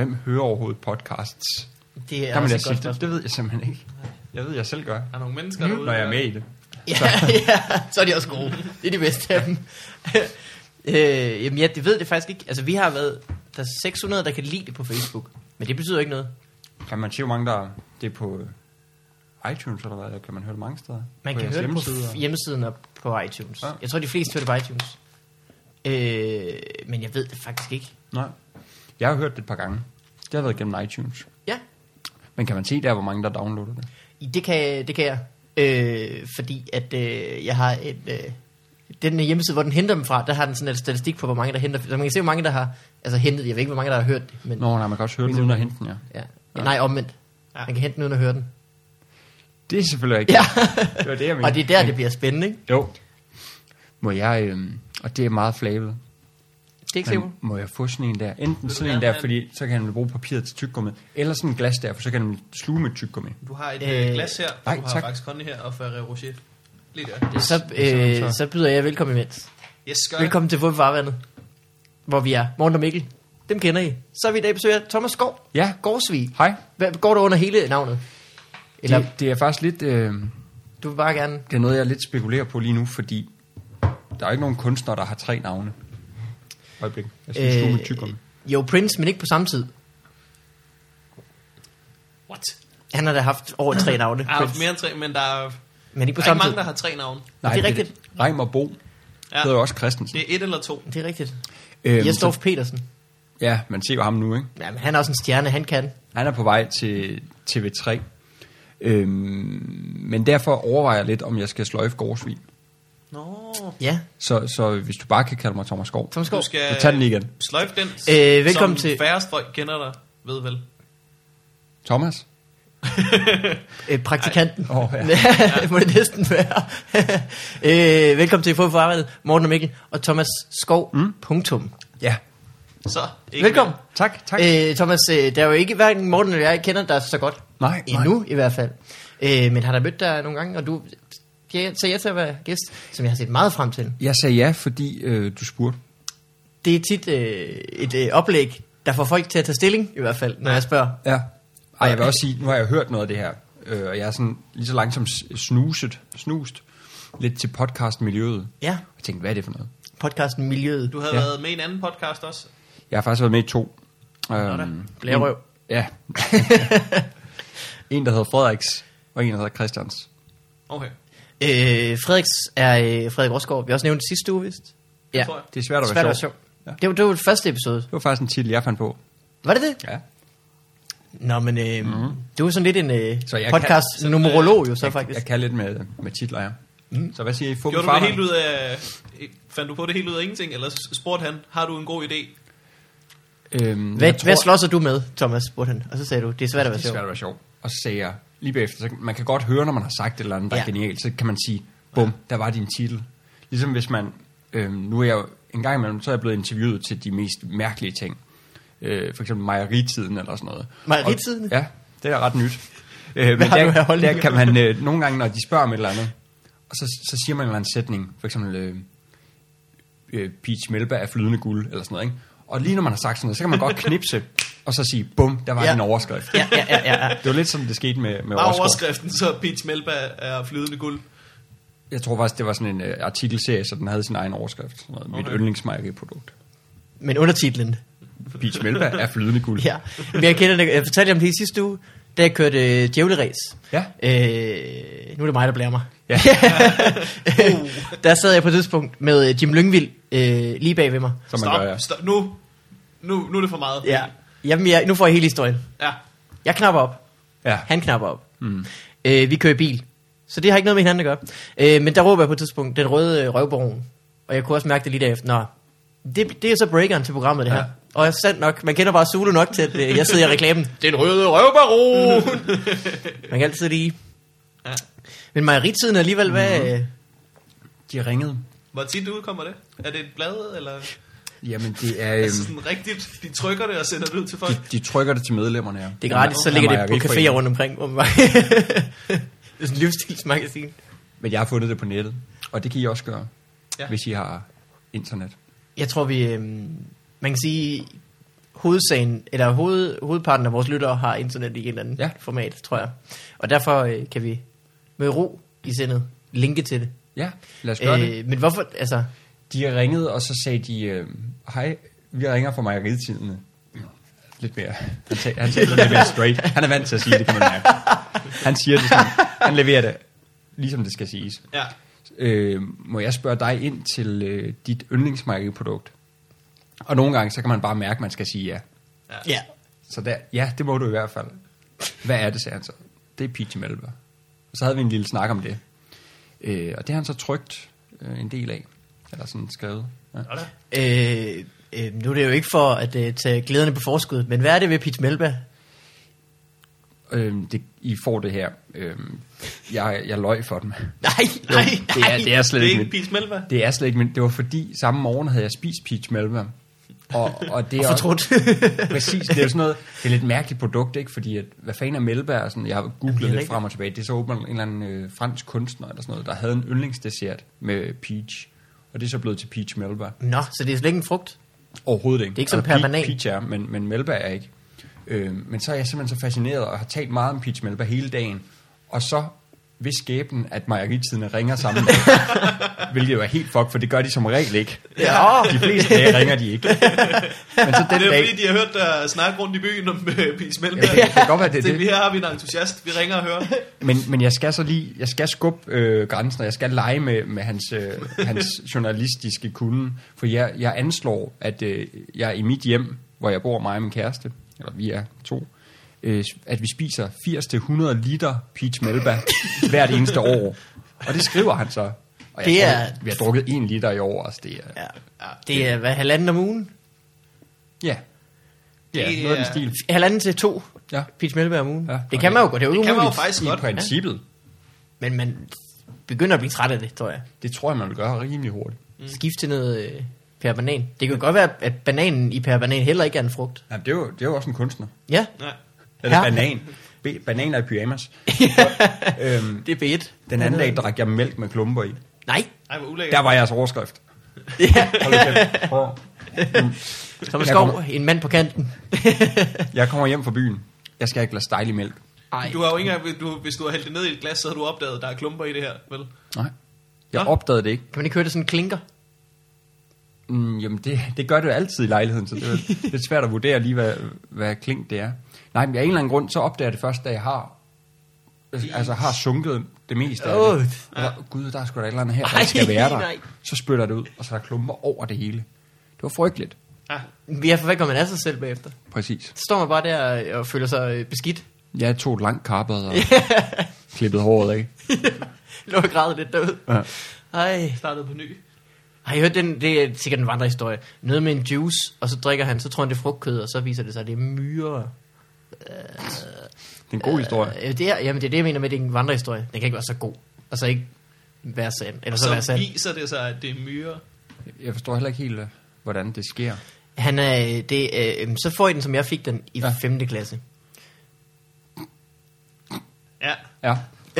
hvem hører overhovedet podcasts? Det er der også jeg sige, godt det ved jeg simpelthen ikke. Jeg ved, jeg selv gør. Der er nogle mennesker derude, når jeg er med i det. Ja, så er de også gode. Det er de bedste af dem. Jamen, jeg ved det faktisk ikke. Altså, vi har været... Der er 600, der kan lide det på Facebook. Men det betyder ikke noget. Kan man se, hvor mange der... Det er på iTunes, eller hvad? Kan man høre det mange steder? Man kan høre det på hjemmesiden og på iTunes. Ja. Jeg tror, de fleste hører det på iTunes. Men jeg ved det faktisk ikke. Nej. Jeg har hørt det et par gange. Det har været gennem iTunes. Ja. Men kan man se der, hvor mange der downloader det? Det kan jeg. Fordi at jeg har den hjemmeside, hvor den henter dem fra, der har den sådan en statistik på, hvor mange der henter. Så man kan se, hvor mange der har hentet. Jeg ved ikke, hvor mange der har hørt det. Men nej, man kan også høre den uden at hente den, ja. Nej, omvendt. Ja. Man kan hente den uden at høre den. Det er selvfølgelig ikke. Ja. Det var det, jeg mente. Og det er der, det bliver spændende, ikke? Jo. Må jeg, og det er meget flavet. Det er ikke sikkert. Må jeg få sådan en der? Enten sådan en der, fordi så kan han bruge papiret til tyggegummi, eller sådan en glas der, for så kan han sluge med tyggegummi. Du har et glas her, nej, du har tak. faktisk Conny her, og Ferrero Rocher. Lige der. Så byder jeg velkommen imens. Yes, velkommen til Fodbold Farvandet, hvor vi er. Morten og Mikkel. Dem kender I. Så er vi i dag besøger Thomas Skov. Ja. Gårdsvig. Hej. Hvad går der under hele navnet? Eller? Det er faktisk lidt... du vil bare gerne... Det er noget, jeg lidt spekulerer på lige nu, fordi der er ikke nogen kunstnere, der har 3 navne. Øjeblik. Jeg skal sluge med tyggegummi. Jo, Prince, men ikke på samme tid. What? Han har da haft over 3 navne. Jeg har haft mere end 3, men der er... Men ikke på der er samme ikke mange, tid. der har 3 navne. Nej, det er rigtigt. Reimer Bo. Ja. Det er jo også Christensen. Det er 1 eller 2. Det er rigtigt. Jesdorf Petersen. Ja, man ser jo ham nu, ikke? Ja, men han er også en stjerne, han kan. Han er på vej til TV3. Men derfor overvejer jeg lidt, om jeg skal sløjfe Gårdsvig. Nå. Ja. Så hvis du bare kan kalde mig Thomas Skov. Thomas Skov. Du skal så tag den lige igen. Sløjfe den, velkommen som til... færrest folk kender dig, ved vel. Thomas? Praktikanten. Ja. Må det næsten være. Velkommen til Fodbold Farvandet, Morten og Mikkel og Thomas Skov. Punktum. Ja. Så, velkommen. Tak. Thomas, der er jo ikke hverken Morten eller jeg kender dig så godt. Nej. Endnu i hvert fald. Men har der mødt dig nogle gange, og du sagde ja til at være gæst, som jeg har set meget frem til? Jeg sagde ja, fordi du spurgte. Det er tit et oplæg, der får folk til at tage stilling, i hvert fald, når jeg spørger. Ja. Ej, jeg vil også sige, nu har jeg hørt noget af det her, og jeg er sådan lige så langsomt snust lidt til podcastmiljøet. Ja. Jeg tænkte, hvad er det for noget? Podcasten Miljøet. Du havde været med i en anden podcast også? Jeg har faktisk været med i 2. Blærerøv. Ja. En, der hedder Frederiks, og en, der hedder Christians. Okay. Frederiks er Frederik Rosgaard. Vi har også nævnt det sidste uge, vist. Ja. Det er svært at være sjov. Ja. Det var det første episode. Det var faktisk en titel, jeg fandt på. Var det det? Ja. Nå, men det var sådan lidt en podcast numerolog jo så faktisk. Jeg kan lidt med titler, ja. Så hvad siger I? Gjorde du det helt ud af... Fandt du på det helt ud af ingenting, eller spurgte han, har du en god idé? Hvad slåsser du med, Thomas, spurgte han. Og så sagde du, det er svært at være sjov. Det er svært at være sjov. Og så sagde jeg, lige bagefter, så man kan godt høre, når man har sagt et eller andet, der er genialt, så kan man sige, bum, der var din titel. Ligesom hvis man, nu er jeg jo en gang imellem, så er jeg blevet interviewet til de mest mærkelige ting. For eksempel mejeritiden eller sådan noget. Mejeritiden? Ja, det er ret nyt. Men der kan man nogle gange, når de spørger om et eller andet, og så siger man en eller anden sætning, for eksempel, Peach Melba er flydende guld, eller sådan noget, ikke? Og lige når man har sagt sådan noget, så kan man godt knipse, og så sige, bum, der var en overskrift. Ja. Det var lidt sådan, det skete med overskriften, så Peach Melba er flydende guld. Jeg tror faktisk, det var sådan en artikelserie, så den havde sin egen overskrift. Sådan noget, mit yndlingsmejeriprodukt. Men undertitlen? Peach Melba er flydende guld. Ja, men jeg kender det. Jeg fortalte om det i sidste uge, da jeg kørte djævleræs. Ja. Nu er det mig, der blærer mig. Ja. Der sad jeg på et tidspunkt med Jim Lyngvild lige bag ved mig. Stop. Nu er det for meget. Ja. Jamen, nu får jeg hele historien. Ja. Jeg knapper op. Ja. Han knapper op. Vi kører bil. Så det har ikke noget med hinanden at gøre. Men der råber jeg på et tidspunkt, den røde røvbaron. Og jeg kunne også mærke det lige derefter. Nå, det er så breakeren til programmet, det her. Og jeg sandt nok, man kender bare Zulu nok til, at jeg sidder i reklamen. Den røde røvbaron! Man kan altid lige... Ja. Men mejeritiden alligevel, hvad... De har ringet. Hvor tit udkommer det? Er det et blad, eller... Jamen, det er... Altså sådan rigtigt, de trykker det og sender det ud til folk? De trykker det til medlemmerne, ja. Det er gratis, så ligger det på caféer rundt omkring. Det er sådan en livsstilsmagasin. Men jeg har fundet det på nettet, og det kan I også gøre, hvis I har internet. Jeg tror, man kan sige, hovedsagen, eller hovedparten af vores lyttere har internet i en eller anden format, tror jeg. Og derfor kan vi med ro i sindet linke til det. Ja, lad os gøre det. Men hvorfor, altså... De ringede, og så sagde de, hej, vi ringer fra mejeritidene. Lidt mere. Han taler lidt mere straight. Han er vant til at sige det, kan man mærke. Han siger det sådan. Han leverer det, ligesom det skal siges. Ja. Må jeg spørge dig ind til dit yndlingsmejeriprodukt? Og nogle gange, så kan man bare mærke, at man skal sige ja. Ja. Så der, ja, det må du i hvert fald. Hvad er det, sagde han så? Det er peach melba. Og så havde vi en lille snak om det. Og det har han så trykt en del af. Eller sådan skrevet. Ja. Nu er det jo ikke for at tage glæderne på forskud, men hvad er det ved peach melba? I får det her. Jeg løg for dem. Nej. Det er slet det er ikke peach melba. Det er slet ikke, men det var fordi samme morgen havde jeg spist peach melba. Og det er fortrudt. Præcis, det er jo sådan noget, det er lidt mærkeligt produkt, ikke? Fordi at, hvad fanden er melba? Og sådan, jeg har googlet lidt frem og tilbage. Det er så åbenbart en eller anden fransk kunstner eller sådan noget, der havde en yndlingsdessert med peach. Og det er så blevet til peach melba. Nå, så det er slet ikke en frugt? Overhovedet ikke. Det er ikke som per banan? Peach er, men melba er ikke. Men så er jeg simpelthen så fascineret og har talt meget om peach melba hele dagen. Og så ved skæbnen, at mejeritiderne ringer sammen. Hvilket jo er helt fuck, for det gør de som regel ikke. Ja. De fleste dage ringer de ikke. Men så den det er dag, fordi, de har hørt dig snakke rundt i byen om peach melba. Ja, det kan godt være, det. Her har vi en entusiast. Vi ringer og hører. Men jeg skal så lige, jeg skal skubbe grænsen, og jeg skal lege med hans journalistiske kunde. For jeg anslår, at jeg i mit hjem, hvor jeg bor, mig og min kæreste, eller vi er to, at vi spiser 80-100 liter peach melba hvert eneste år. Og det skriver han så. Og vi har drukket 1 liter i år. Altså det er hvad, 1,5 om ugen? Ja. Ja, noget af den stil. 1,5 til 2 peach melba om ugen. Ja. Det kan man jo godt. Det er jo det kan man jo umuligt. faktisk godt. I princippet. Men man begynder at blive træt af det, tror jeg. Det tror jeg, man vil gøre rimelig hurtigt. Skift til noget per banan. Det kan godt være, at bananen i per banan heller ikke er en frugt. Ja, det er jo også en kunstner. Ja. Eller banan. Bananer i pyjamas. Det er B1. Den anden dag drak jeg mælk med klumper i. Nej. Hvor ulækkert. Der var jeres overskrift. Ja. Som en skov, en mand på kanten. Jeg kommer hjem fra byen. Jeg skal have et glas dejlig mælk. Du har jo ikke engang, hvis du har hældt det ned i et glas, så har du opdaget, at der er klumper i det her, vel? Nej. Jeg opdagede det ikke. Kan man ikke høre det sådan klinker? Jamen, det gør det jo altid i lejligheden, så det er lidt svært at vurdere lige, hvad klink det er. Nej, men af en eller anden grund, så opdager jeg det først, da jeg har sunket det meste af det. Gud, der er sgu da et eller andet her, der skal være der. Nej. Så spytter det ud, og så er der klumper over det hele. Det var frygteligt. Ja, for hvad gør man af sig selv bagefter? Præcis. Så står man bare der og føler sig beskidt. Jeg tog et langt karpet og klippet håret af. Lå og græd lidt derud. Ja. Ej. Startede på ny. Har I hørt den? Det er sikkert en vandrehistorie. Noget med en juice, og så drikker han, så tror han det er frugtkød, og så viser det sig, at det er myrer. Det er en god historie. Det er det, jeg mener med, det er en vandrehistorie. Den kan ikke være så god. Og så ikke være sand. Eller så være sand. Viser det sig, at det er myrer. Jeg forstår heller ikke helt, hvordan det sker. Så får I den, som jeg fik den i 5. klasse. Ja.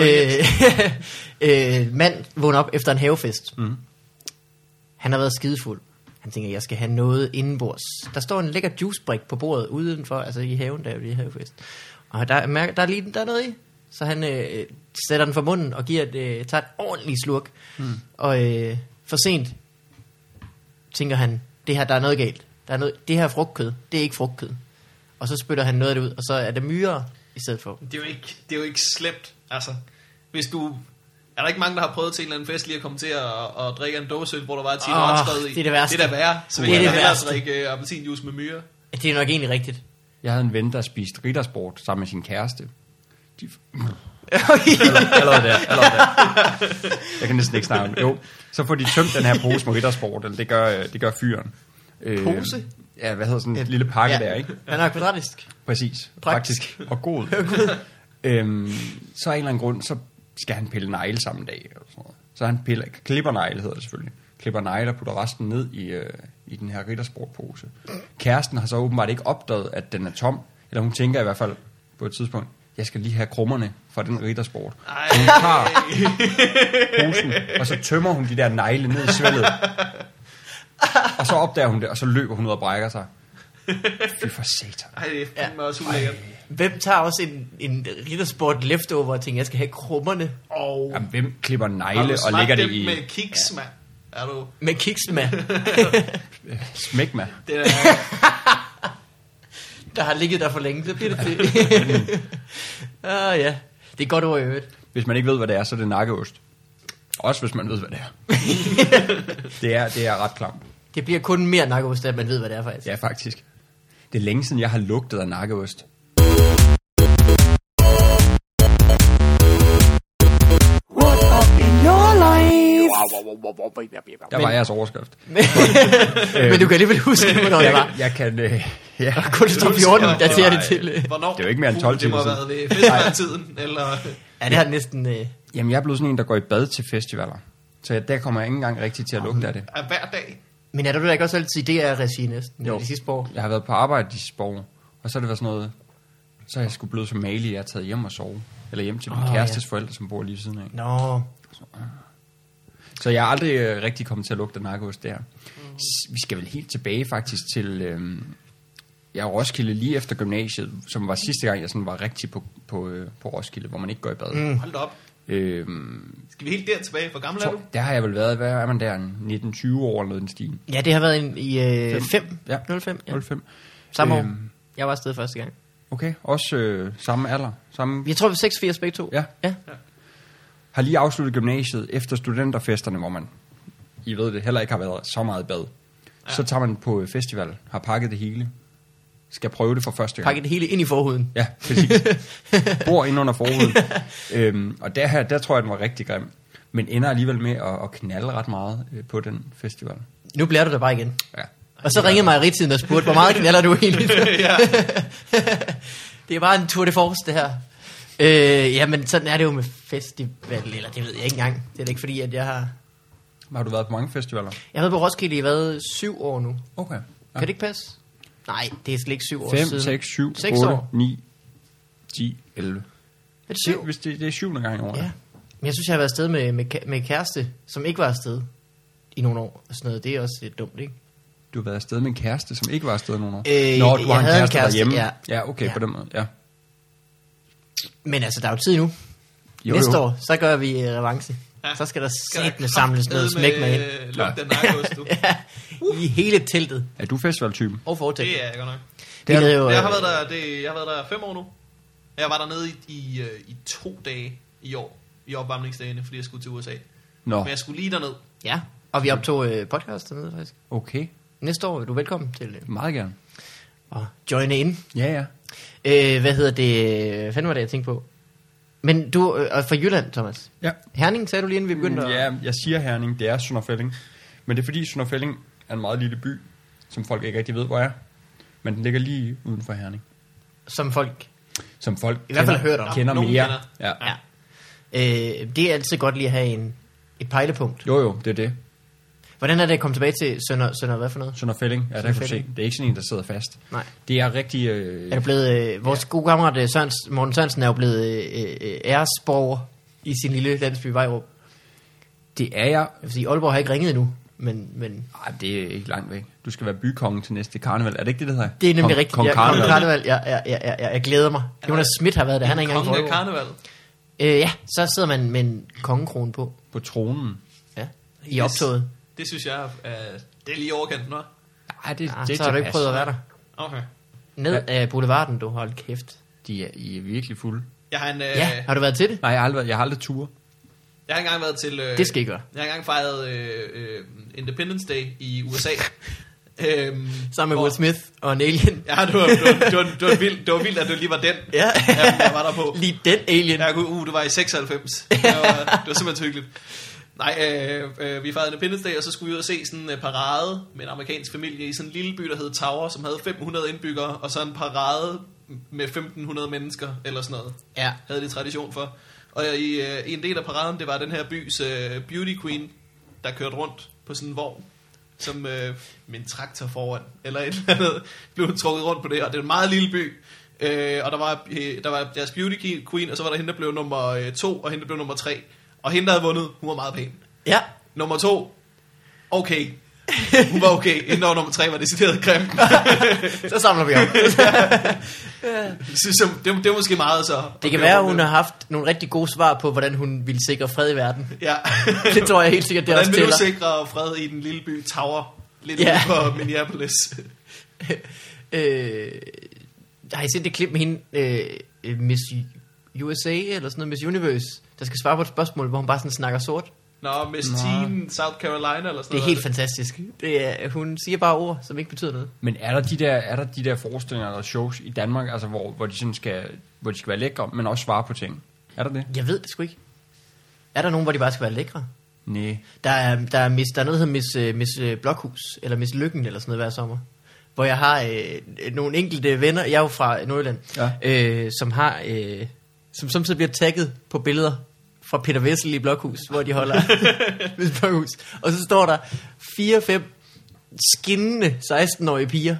Mand vågner op efter en havefest. Han har været skidefuld. Han tænker, jeg skal have noget indenbords. Der står en lækker juicebrik på bordet udenfor, altså i haven, der er jo det havefest. Og der er noget i. Så han sætter den for munden og tager et ordentligt slurk. Og for sent tænker han, det her, der er noget galt. Det her er frugtkød, det er ikke frugtkød. Og så spytter han noget af det ud, og så er det myrer i stedet for. Det er jo ikke slemt, altså. Hvis du... Er der ikke mange, der har prøvet til en eller anden fest lige at komme til at drikke en dåseøl, hvor der var 10 skrevet i? Det er det værste. Det er da værre. Så vil jeg hellere drikke appelsinjuice med myrer. Det er nok egentlig rigtigt. Jeg havde en ven, der spiste riddersport sammen med sin kæreste. Okay. Allerede der. Jeg kan næsten ikke snakke om det. Jo, så får de tømt den her pose med riddersport, eller det gør fyren. Pose? Ja, hvad hedder sådan en lille pakke der, ikke? Han er kvadratisk. Præcis. Praktisk. Og god. Så af en eller anden grund, så skal han pille negle samme dag. Eller sådan noget. Så han klipper negle, hedder det selvfølgelig. Klipper negle og putter resten ned i den her riddersportpose. Kæresten har så åbenbart ikke opdaget, at den er tom. Eller hun tænker i hvert fald på et tidspunkt, jeg skal lige have krummerne fra den riddersport. Så hun tager posen, og så tømmer hun de der negle ned i svældet. Og så opdager hun det, og så løber hun ud og brækker sig. Fy for satan. Ej, det er fandme også ulækkert. Hvem tager også en Riddersport leftover og tænker, jeg skal have krummerne? Jamen, hvem klipper Har negle du og lægger det dem i... med kiks, mand? Er du... Med kiksma, Smæk mig. Det er... der har ligget der for længe, så bliver det til. Ja, det er godt ord i øvrigt. Hvis man ikke ved, hvad det er, så er det nakkeost. Også hvis man ved, hvad det er. det er ret klamt. Det bliver kun mere nakkeost, at man ved, hvad det er faktisk. Ja, faktisk. Det er længe siden, jeg har lugtet af nakkeost. Der var jeres overskrift. Men du kan alligevel huske, hvornår det var. Jeg kan... ja. Kun stå 14, der ser det til. Hvornår? Det er jo ikke mere end 12 Det må timer have siden. været ved festivaltiden, eller... Ja, det har næsten... Jamen, jeg er blevet sådan en, der går i bad til festivaler. Så der kommer jeg ikke engang rigtig til at lugte af det. Er hver dag. Men er du da ikke også altid i DR-regi næsten? Jo. De sidste år? Jeg har været på arbejde de sidste år, og så har det været sådan noget... Så er jeg sgu blevet så malig, jeg er taget hjem og sove. Eller hjem til min kærestes forældre, som bor lige ved siden af. Nå. Så jeg er aldrig rigtig kommet til at lugte nakkeost der. Vi skal vel helt tilbage faktisk til... Jeg Roskilde lige efter gymnasiet, som var sidste gang, jeg sådan var rigtig på Roskilde, hvor man ikke går i bad. Hold da op. Skal vi helt der tilbage? Hvor gammel er du? Der har jeg vel været, hvad er man der, 19-20 år eller noget den stil. Ja, det har været i 5. Ja. 05. Ja. 05. Samme år. Jeg var afsted første gang. Okay, også samme alder. Samme... Jeg tror, vi er 86 begge to. Ja. Har lige afsluttet gymnasiet efter studenterfesterne, hvor man, I ved det, heller ikke har været så meget i bad. Ja. Så tager man på festival, har pakket det hele, skal prøve det for første gang. Pakket det hele ind i forhuden. Ja, præcis. Bor ind under forhuden. Og der tror jeg, den var rigtig grim. Men ender alligevel med at knalde ret meget på den festival. Nu bliver du der bare igen. Ja. Og så ringede mig Ritiden og spurgte, hvor meget knaller du egentlig? Ja. Det er bare en tour de force, det her. Jamen, sådan er det jo med festival, eller det ved jeg ikke engang. Det er da ikke fordi, at jeg har... Har du været på mange festivaler? Jeg har været på Roskilde i 7 år nu. Okay. Ja. Kan det ikke passe? Nej, det er slet ikke 7 år 5, siden. 6, 7, 6 8, år. 9, 10, 11. Er det 7? Hvis det er 7. gang i år. Ja. Men jeg synes, jeg har været afsted med kæreste, som ikke var afsted i nogle år. Og sådan noget. Det er også lidt dumt, ikke? Du har været afsted med en kæreste, som ikke var afsted nogen år? Nå, du har en kæreste derhjemme? Ja. Ja, okay, på den måde, ja. Men altså, der er jo tid nu. Jo, Næste år, så gør vi revanche. Ja. Så skal der sætte samles noget smæk med ind. Lugt af nakkeost, du. Ja, i hele teltet. Er du festivaltypen? Og forteltet. Det er jeg godt nok. Det er jo, Jeg har været der 5 år nu. Jeg var dernede i 2 dage i år. I opvarmningsdagene, fordi jeg skulle til USA. Nå, Men jeg skulle lige derned. Ja, og vi optog podcast dernede faktisk. okay. Næste år er du velkommen til Meget gerne. at joine ind. Ja, ja. Hvad hedder det? Fanden var det, jeg tænkte på? Men du er fra Jylland, Thomas. Ja. Herning, sagde du lige inden vi begyndte? Ja, jeg siger Herning, det er Sønderfælling. Men det er fordi Sønderfælling er en meget lille by, som folk ikke rigtig ved, hvor er. Men den ligger lige uden for Herning. Som folk Som folk i hvert fald har hørt om. kender Nogen mere. kender. Ja. Ja. Det er altid godt lige at have et pejlepunkt. Jo, det er det. Hvordan er det at komme tilbage til Sønder hvad for noget? Sønderfælling, ja, der kan du se. Sønderfælling. Det er ikke sådan en, der sidder fast. Nej. Det er rigtig... Er det blevet, vores gode kammerat Morten Sørensen er jo blevet æresborger i sin lille landsby Vejrup. Det er jeg. Jeg vil sige, Aalborg har ikke ringet endnu, men Ej, det er ikke langt væk. Du skal være bykongen til næste karneval. Er det ikke det, der hedder? det er nemlig rigtigt. Kong Ja, Karneval. Karneval. Jeg glæder mig. Jonas Schmidt har været der, han er ikke engang Kongen af fra karneval. Ja, så sidder man med en kongekrone på. På tronen. Ja, i optoget. Det synes jeg, det er lige overkanten, hva'? Nej, det Ja, så har du ikke prøvet at være der. Okay. Ned af boulevarden, du hold kæft. I er virkelig fulde. Jeg har Ja, har du været til det? Nej, jeg har aldrig tur. Jeg har engang været til... Det skal I gøre. Jeg har engang fejret Independence Day i USA. Sammen med Will Smith og en alien. Ja, det var vildt, at du lige var den. Ja, Jeg var der på. lige den alien. Ja, du var i 96. Det var simpelthen så hyggeligt. Nej, vi fejrede Independence Day, og så skulle vi ud og se sådan en parade med en amerikansk familie i sådan en lille by, der hed Tower, som havde 500 indbyggere, og så en parade med 1500 mennesker, eller sådan noget. Ja. Havde de tradition for. Og i en del af paraden, det var den her bys beauty queen, der kørte rundt på sådan en vogn, som med en traktor foran, eller et eller andet, blev trukket rundt på det, og det er en meget lille by. Og der var deres beauty queen, og så var der hende, der blev nummer 2, og hende, der blev nummer 3. Og hende, der havde vundet, hun var meget pæn. Ja. Nummer 2, okay. Hun var okay, inden nummer 3 var decideret grim. Så samler vi op. Det er måske meget så. Det kan være, at hun har haft nogle rigtig gode svar på, hvordan hun ville sikre fred i verden. Ja. Det tror jeg helt sikkert, det hvordan også tæller. Hvordan vil du sikre fred i den lille by Tower? Lidt ude på Minneapolis. Har I set det klip med hende, Miss USA, eller sådan noget, Miss Universe, der skal svare på et spørgsmål, hvor hun bare sådan snakker sort? Nå, Miss Teen, South Carolina, eller sådan noget. Det er helt fantastisk. Hun siger bare ord, som ikke betyder noget. Men er der de der forestillinger eller shows i Danmark, altså hvor de sådan skal være lækre, men også svare på ting? Er der det? Jeg ved det sgu ikke. Er der nogen, hvor de bare skal være lækre? Nej. Der er noget, der hedder Miss Blokhus, eller Miss Lykken, eller sådan noget hver sommer. Hvor jeg har nogle enkelte venner, jeg er jo fra Nordjylland, som har, som samtidig bliver tagget på billeder fra Peter Vessel i Blokhus, hvor de holder Miss Blokhus. Og så står der 4-5 skinnende 16-årige piger.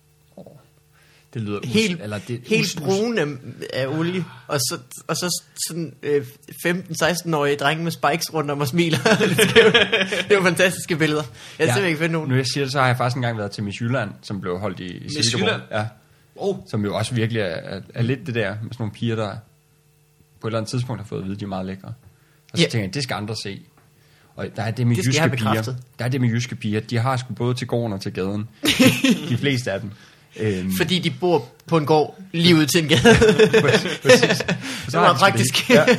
Det lyder helt brune af olie, og så sådan 15-16-årige drenge med spikes rundt om og smiler. Det var fantastiske billeder. Jeg har simpelthen ikke fundet nogen. Nu jeg siger det, så har jeg faktisk engang været til Miss Jylland, som blev holdt i Silkeborg. Ja. Som jo også virkelig er lidt det der med sådan nogle piger, der på et eller andet tidspunkt har fået at vide, de er meget lækre. Og så tænker jeg, det skal andre se. Og der er det med jyske piger. Der er det med jyske piger. De har sgu både til gården og til gaden. De fleste af dem. Fordi de bor på en gård lige ud til en gade. Præcis. Det var praktisk. Ja.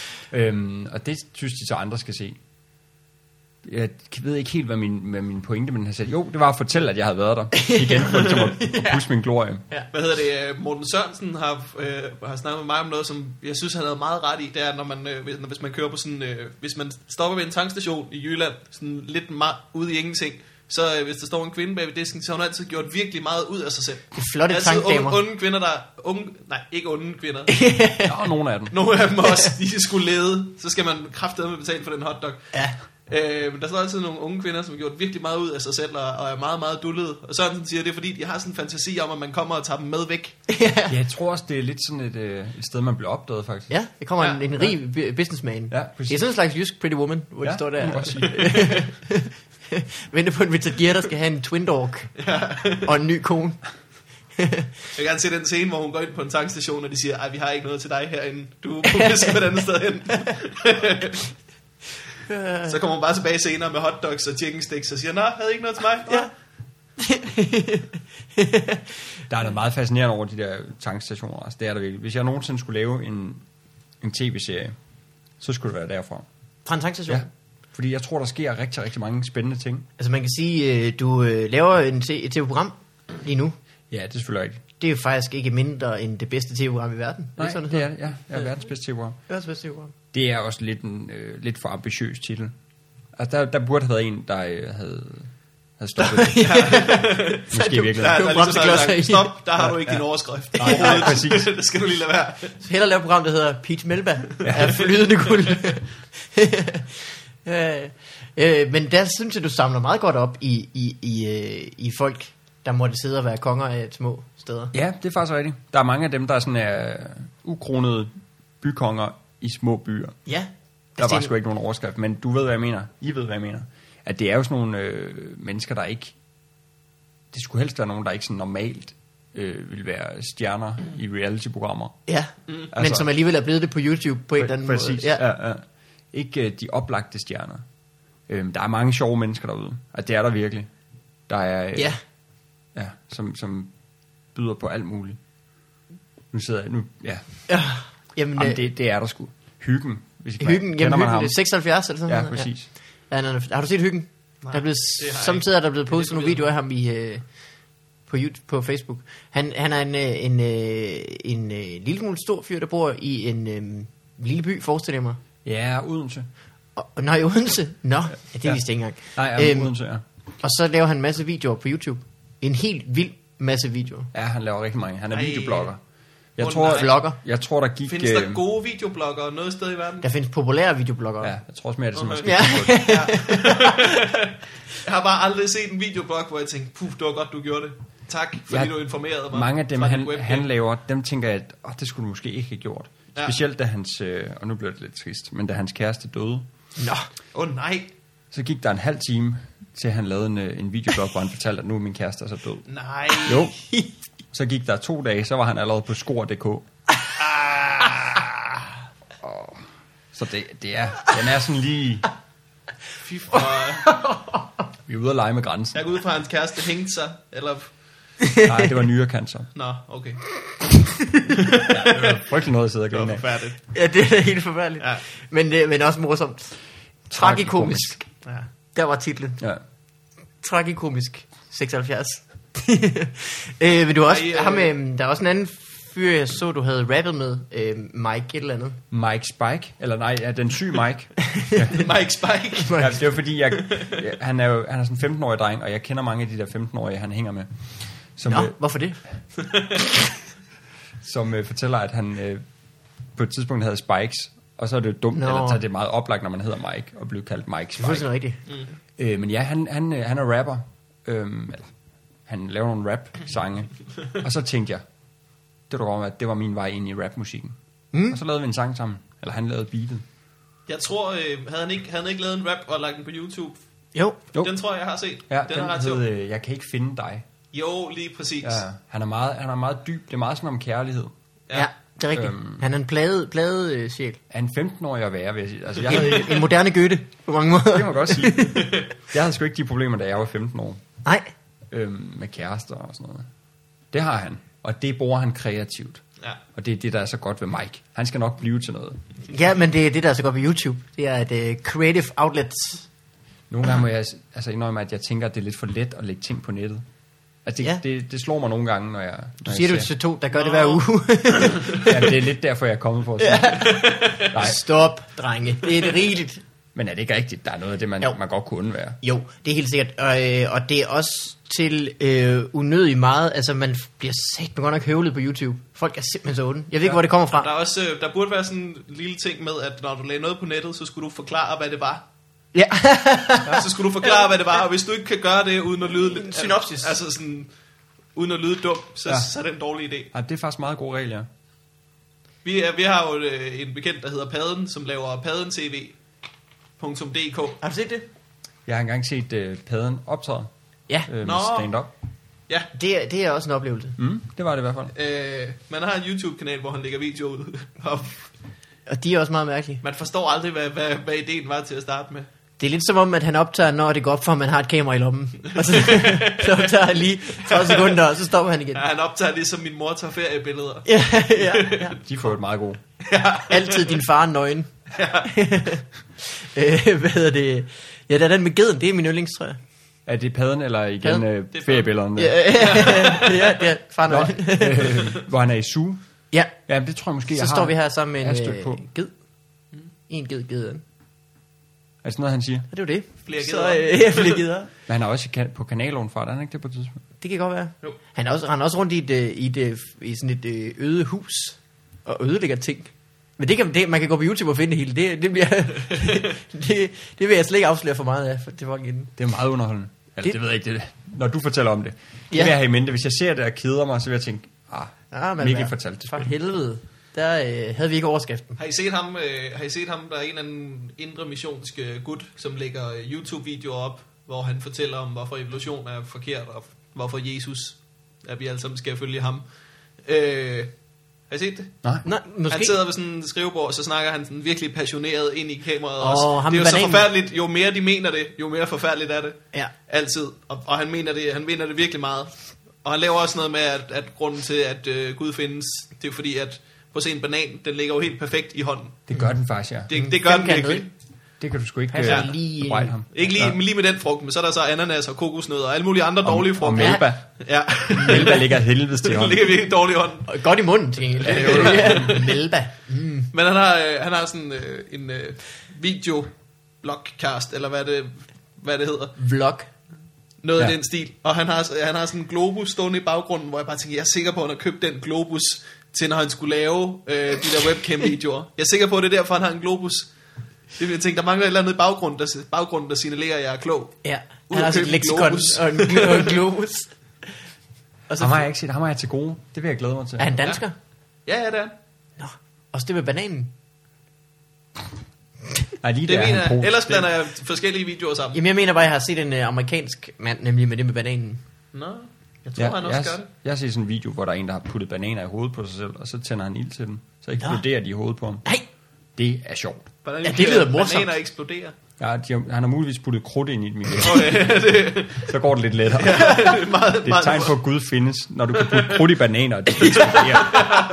Og det synes de så andre skal se. Jeg ved ikke helt, hvad min pointe med den her sæt. Jo, det var at fortælle, at jeg havde været der. Igen, for ligesom at pusse min glorie. Ja. Hvad hedder det? Morten Sørensen har snakket med mig om noget, som jeg synes, han havde meget ret i. Det er, når man, hvis man kører på sådan... hvis man stopper ved en tankstation i Jylland, sådan lidt ude i ingenting, så hvis der står en kvinde bag ved disken, så har hun altid gjort virkelig meget ud af sig selv. Det er flotte tankdamer. Onde kvinder, ikke onde kvinder. Ja, nogle af dem. Nogle af dem også, de skulle lede. Så skal man kraftedeme betale for den hotdog. Ja. Men der står altid nogle unge kvinder, som har gjort virkelig meget ud af sig selv, og er meget, meget dullede. Og Sørensen siger, det er fordi, de har sådan en fantasi om, at man kommer og tager dem med væk. Ja, jeg tror også, det er lidt sådan et sted, man bliver opdaget, faktisk. Ja, det kommer en rig businessman. Ja, præcis. Det er sådan en slags jysk Pretty Woman, hvor de står der. Venter på en Richard Gere, der skal have en twin dog og en ny kone. Jeg kan gerne se den scene, hvor hun går ind på en tankstation, og de siger, vi har ikke noget til dig herinde. Du skal et andet sted hen. Så kommer hun bare tilbage senere med hotdogs og chicken sticks og siger, havde I ikke noget til mig? Ja. Der er noget meget fascinerende over de der tankstationer. Altså, det er der virkelig. Hvis jeg nogensinde skulle lave en tv-serie, så skulle det være derfra. Fra en tankstation? Ja. Fordi jeg tror, der sker rigtig, rigtig mange spændende ting. Altså man kan sige, du laver et tv-program lige nu. Ja, det er selvfølgelig rigtigt. Det er jo faktisk ikke mindre end det bedste tv-program i verden. Nej, det er det. Ja, verdens bedste tv-program. Verdens bedste tv-program. Det er også lidt for ambitiøs titel. Altså, der burde have været en, der havde stoppet det. Måske virkelig. Stop, der har du ikke din overskrift. Nej, præcis. Det skal du lige lade være. Så hellere lave et program, der hedder Peach Melba. Er flydende guld. Men der synes jeg, du samler meget godt op i folk, der måtte sidde og være konger af små steder. Ja, det er faktisk rigtigt. Der er mange af dem, der sådan er ukronede bykonger i små byer. Ja. Der var sgu ikke nogen overskrift, men du ved, hvad jeg mener. I ved, hvad jeg mener. At det er jo sådan nogle mennesker, der ikke... Det skulle helst være nogen, der ikke sådan normalt vil være stjerner i reality-programmer. Ja, altså, men som alligevel er blevet det på YouTube på en eller anden måde. Ja. Ikke de oplagte stjerner. Der er mange sjove mennesker derude, og det er der virkelig. Der er... som byder på alt muligt. Nu sidder jeg... Jamen, det er der sgu. Hyggen. Hyggen, Hyggen 76 eller sådan noget. Ja, præcis. Ja. Har du set Hyggen? Nej, samtidig er der blevet postet nogle videoer af ham på Facebook. Han er en lille smule stor fyr, der bor i en lille by, forestiller jeg mig. Ja, Odense. Nej, Odense? Nå, det vidste ikke engang. Nej, Odense, ja. Og så laver han en masse videoer på YouTube. En helt vild masse videoer. Ja, han laver rigtig mange. Han er videoblogger. Jeg tror, der gik... Findes der gode videobloggere noget sted i verden? Der findes populære videobloggere. Ja, jeg tror også mere, det som Jeg har bare aldrig set en videoblog, hvor jeg tænkte, det var godt, du gjorde det. Tak, fordi du informerede mig. Mange af dem, han laver, dem tænker jeg, at det skulle du måske ikke have gjort. Ja. Specielt da hans, og nu bliver det lidt trist, men da hans kæreste døde. Nå, nej. Så gik der en halv time, til han lavede en videoblog, hvor han fortalte, at nu er min kæreste så død. Nej. Jo. Så gik der 2 dage, så var han allerede på skor.dk. Så den er sådan lige... Fy for... Vi er ude at lege med grænsen. Jeg går ud fra, at hans kæreste hængte sig, eller... Nej, det var nyrekancer. Nå, okay. Det var frygteligt noget at sidde og Det var grine af. forfærdeligt. Ja, det er helt forfærdeligt. Ja. Men også morsomt. Tragikomisk. Ja. Der var titlen. Ja. Tragikomisk 76. Men du har også, der er også en anden fyr, jeg så, du havde rappet med, Mike et eller andet. Mike Spike, eller nej, ja, den syge Mike. Mike Spike. Ja, det var fordi, han er sådan en 15-årig dreng, og jeg kender mange af de der 15-årige, han hænger med. Som, Hvorfor det? som fortæller, at han på et tidspunkt havde Spikes, og så er det jo dumt, eller så er det meget oplagt, når man hedder Mike, og bliver kaldt Mike Spike. Det er rigtigt. Men ja, han er rapper. Han laver nogle rap-sange. Og så tænkte jeg, det var min vej ind i rapmusikken. Og så lavede vi en sang sammen. Eller han lavede beatet. Jeg tror, havde han ikke lavet en rap og lagt den på YouTube? Jo. Den tror jeg har set. Ja, den er ret hed, Jeg kan ikke finde dig. Jo, lige præcis. Ja, han er meget dyb. Det er meget sådan om kærlighed. Ja, det er rigtigt. Han er en plade sjæl. Er en 15-årig at være, vil jeg sige. Altså, En moderne Goethe, på mange måder. Det må man godt sige. Jeg havde sgu ikke de problemer, da jeg var 15 år. Nej. Med kærester og sådan noget. Det har han. Og det bruger han kreativt. Ja. Og det er det, der er så godt ved Mike. Han skal nok blive til noget. Ja, men det er det, der er så godt ved YouTube. Det er et creative outlet. Nogle gange må jeg indrømme, at jeg tænker, at det er lidt for let at lægge ting på nettet. Altså det slår mig nogle gange, når jeg... Du siger du til 2, der gør det hver uge. Jamen, det er lidt derfor, jeg er kommet for at sige. Nej. Stop, drenge. Det er det rigeligt. Men er det ikke rigtigt? Der er noget af det, man godt kunne undvære. Jo, det er helt sikkert. Og det er også til unødigt meget. Altså, man bliver sagt godt nok høvlet på YouTube. Folk er simpelthen så onde. Jeg ved ikke, hvor det kommer fra. Der burde være sådan en lille ting med, at når du lagde noget på nettet, så skulle du forklare, hvad det var. Ja. Så skulle du forklare, hvad det var. Og hvis du ikke kan gøre det, uden at lyde lidt... Synopsis. Altså sådan... Uden at lyde dum, så er det en dårlig idé. Ja, det er faktisk meget god regel, ja. Vi har jo en bekendt, der hedder Padden, som laver paddentv.dk. Har du set det? Jeg har engang set Padden optræde. Ja. Med stand-up. Ja. Det er også en oplevelse. Det var det i hvert fald. Man har en YouTube-kanal, hvor han lægger video ud. Og de er også meget mærkelige. Man forstår aldrig, hvad ideen var til at starte med. Det er lidt som om, at han optager, når det går op for, at man har et kamera i lommen. Og så optager han lige 30 sekunder, og så stopper han igen. Ja, han optager ligesom min mor tager feriebilleder. Ja. De får et meget gode. Altid din far nøgen. Ja. Hvad hedder det? Ja, det er den med geden, det er min yndlings, tror jeg. Er det Padden, eller igen feriebillederne? Ja, det er far nøgen. Hvor han er i zoo? Ja. Ja, det tror jeg måske, så står vi her sammen med en ged. En ged. Er det sådan noget, han siger? Ja, det var det. Flere geder. Men han er også på kanaloven fra, er han ikke det på et tidspunkt? Det kan godt være. Jo. Han er også rundt i sådan et øde hus og ødelægger ting. Men man kan gå på YouTube og finde det hele. Det vil jeg slet ikke afsløre for meget af til folk inden. Det er meget underholdende. Altså, det ved jeg ikke. Når du fortæller om det. Det vil jeg have i mente. Hvis jeg ser det og keder mig, så vil jeg tænke, Mikkel fortalte det. For helvede. Der havde vi ikke overskriften. Har I set ham, der er en anden indre missionsk gut, som lægger YouTube-videoer op, hvor han fortæller om, hvorfor evolution er forkert, og hvorfor Jesus, at vi alle sammen skal følge ham. Har I set det? Nej, måske. Han sidder ved sådan en skrivebord, og så snakker han sådan virkelig passioneret ind i kameraet også. Det er jo så forfærdeligt. Jo mere de mener det, jo mere forfærdeligt er det. Ja. Altid. Og han mener det virkelig meget. Og han laver også noget med, at grunden til, at Gud findes, det er fordi, at på en banan, den ligger jo helt perfekt i hånden. Det gør den faktisk, ja. Det gør den virkelig. Det kan du sgu ikke brejde ham. Ikke lige med den frugt, men så er der så ananas og kokosnødder og alle mulige andre dårlige frugter. Og melba. Ja. Melba ligger helvedes til hånden. Det ligger virkelig dårligt i hånden. Godt i munden, til gengæld. Melba. Men han har sådan en video-vlogcast, eller hvad det hedder. Vlog. Noget af den stil. Og han har sådan en globus stående i baggrunden, hvor jeg bare tænker, jeg er sikker på, at han har købt den globus til, når han skulle lave de der webcam-videoer. Jeg er sikker på, at det er derfor, han har en globus. Det vil jeg tænke, der mangler et eller andet i baggrunden, der signalerer, at jeg er klog. Ja, han har sådan et leksikon og en globus. Og så ham har jeg ikke set, ham har jeg til gode. Det vil jeg glæde mig til. Er han dansker? Ja, det er. Nå, også det med bananen. Nej, lige det der mener han jeg. Ellers blander jeg forskellige videoer sammen. Jamen jeg mener bare, jeg har set en amerikansk mand, nemlig med det med bananen. Nå, jeg tror han også gør det. Jeg har set sådan en video, hvor der er en, der har puttet bananer i hovedet på sig selv, og så tænder han ild til dem. Så eksploderer de i hovedet på ham. Nej! Det er sjovt. Hvordan det lyder morsomt. bananer eksploderer? Ja, han har muligvis puttet krudt ind i dem igen. Okay, Så går det lidt lettere. det er meget, Det er et tegn på, at Gud findes, når du kan putte krudt i bananer, og det eksploderer.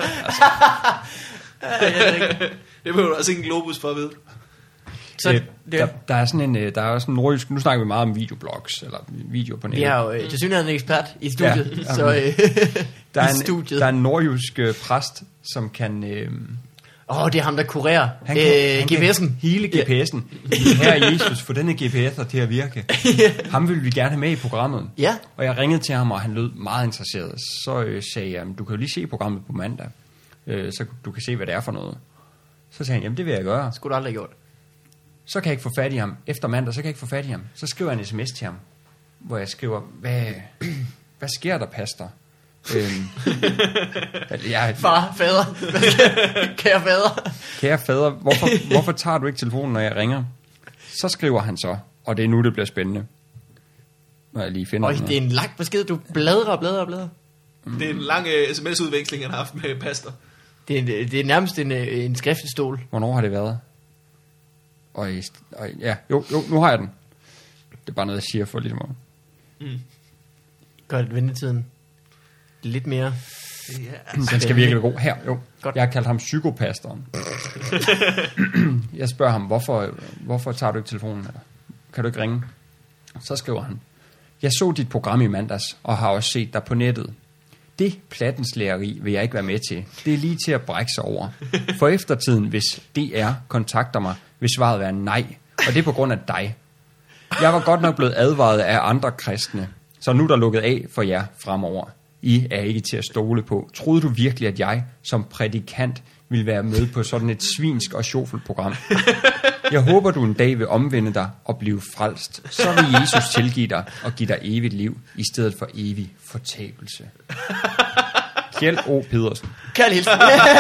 det behøver du altså ikke en globus for at vide. Så, der er sådan en, der er også en nordjysk, nu snakker vi meget om videoblogs, eller videoer på nettet. vi har jo til synligheden en ekspert i studiet, Ja, så der er i studiet. der er en nordjysk præst, som kan... det er ham, der kurerer han kan GPS'en. Hele GPS'en. Herre Jesus, få denne GPS'er til at virke. Ham vil vi gerne have med i programmet. Ja. Og jeg ringede til ham, og han lød meget interesseret. Så sagde jeg, du kan jo lige se programmet på mandag, så du kan se, hvad det er for noget. Så sagde han, jamen det vil jeg gøre. Skulle du aldrig have gjort. Så kan jeg ikke få fat i ham. Efter mandag, så kan jeg ikke få fat i ham. Så skriver jeg en sms til ham, hvor jeg skriver, hvad sker der, pastor? Far, fader, kære fader. Kære fader, hvorfor tager du ikke telefonen, når jeg ringer? Så skriver han så, og det er nu, det bliver spændende. Når jeg lige finder den. Det er en lang besked, du bladrer. Det er en lang sms-udveksling, han har haft med pastor. Det er nærmest en skriftestol. Hvornår har det været? Nu har jeg den. Det er bare noget, jeg siger for lidt morgen. Godt, ventetiden. Lidt mere. Den skal virkelig være god. Her, jo. Godt. Jeg har kaldt ham psykopastoren. Jeg spørger ham, hvorfor tager du ikke telefonen? Eller kan du ikke ringe? Så skriver han, jeg så dit program i mandags, og har også set dig på nettet. Det plattenslageri vil jeg ikke være med til. Det er lige til at brække sig over. For eftertiden, hvis DR kontakter mig, vil svaret være nej. Og det er på grund af dig. Jeg var godt nok blevet advaret af andre kristne, så nu er der lukket af for jer fremover. I er ikke til at stole på. Troede du virkelig, at jeg som prædikant ville være med på sådan et svinsk og sjovfuldt program? Jeg håber, du en dag vil omvende dig og blive frelst. Så vil Jesus tilgive dig og give dig evigt liv, i stedet for evig fortabelse. Kjeld O. Pedersen. Kærlig hilsen.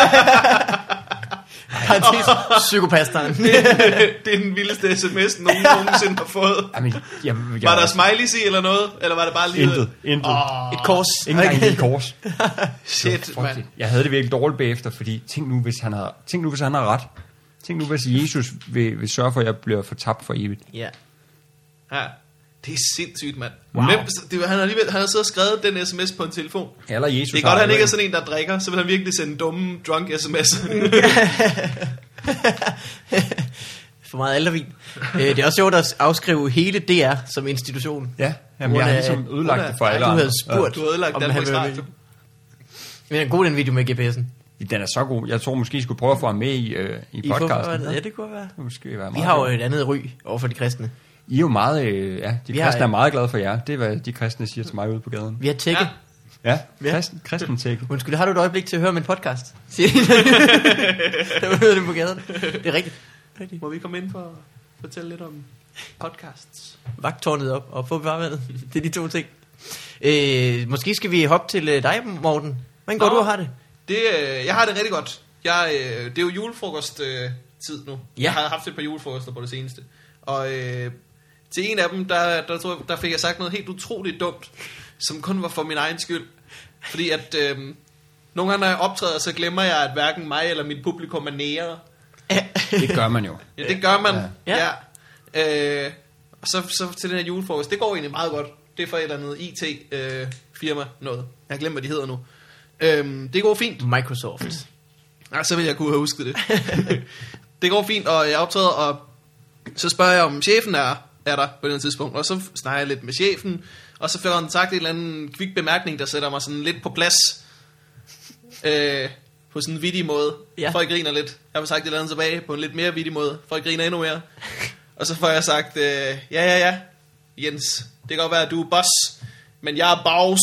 Psykopastoren. Det er den vildeste sms, nogen nogensinde har fået. Jamen, var der smileys i eller noget? Eller var det bare lige... Intet. Et kors. Ikke engang et kors. Shit, mand. Jeg havde det virkelig dårligt bagefter, fordi tænk nu, hvis han har ret. Tænk nu, hvis Jesus vil sørge for, at jeg bliver fortabt for evigt. Ja. Ja. Det er sindssygt, mand. Wow. Han har siddet og skrevet den sms på en telefon. Eller Jesus. Det er godt, at han ikke er sådan en, der drikker, så vil han virkelig sende dumme, drunk sms. For meget aldervin. Det er også sjovt at afskrive hele DR som institution. Ja, jamen, jeg har ligesom ødelagt det for alle. Du havde spurgt, du havde ødelagt Danmarks Radio. Men en god den video med GPS'en. Den er så god. Jeg tror måske, I skulle prøve at få ham med i podcasten. Ja, det kunne være. Det måske være vi har jo et andet ry overfor de kristne. I er jo meget, de kristne er meget glade for jer. Det er, hvad de kristne siger til mig ude på gaden. Vi har tække. Ja, kristen tække. Undskyld, har du et øjeblik til at høre min podcast? Siger de. Der var det på gaden. Det er rigtigt. Må vi komme ind for at fortælle lidt om podcasts? Vagtårnet op og få bevarvandet. Det er de to ting. Måske skal vi hoppe til dig, Morten. Hvordan går du og har det? Jeg har det rigtig godt. Det er jo julefrokost-tid nu. Ja. Jeg har haft et par julefrokoster på det seneste. Og til en af dem, der fik jeg sagt noget helt utroligt dumt, som kun var for min egen skyld. Fordi at nogle gange, når jeg optræder, så glemmer jeg, at hverken mig eller mit publikum er nære. Det gør man jo. Ja, det gør man. Ja. Så til den her julefrokost, det går egentlig meget godt. Det er for et eller andet IT-firma noget. Jeg har glemt, hvad de hedder nu. Det går fint. Microsoft. Ja, så vil jeg kunne have husket det. Det går fint, og jeg optræder, og så spørger jeg, om chefen er der på den tidspunkt. Og så snakker jeg lidt med chefen, og så får han sagt et eller andet kvik bemærkning, der sætter mig sådan lidt på plads. På sådan en vittig måde. Ja. Folk griner lidt. Jeg har sagt et eller andet tilbage på en lidt mere vittig måde. Folk griner endnu mere. Og så får jeg sagt, ja, Jens, det kan godt være, at du er boss, men jeg er bags.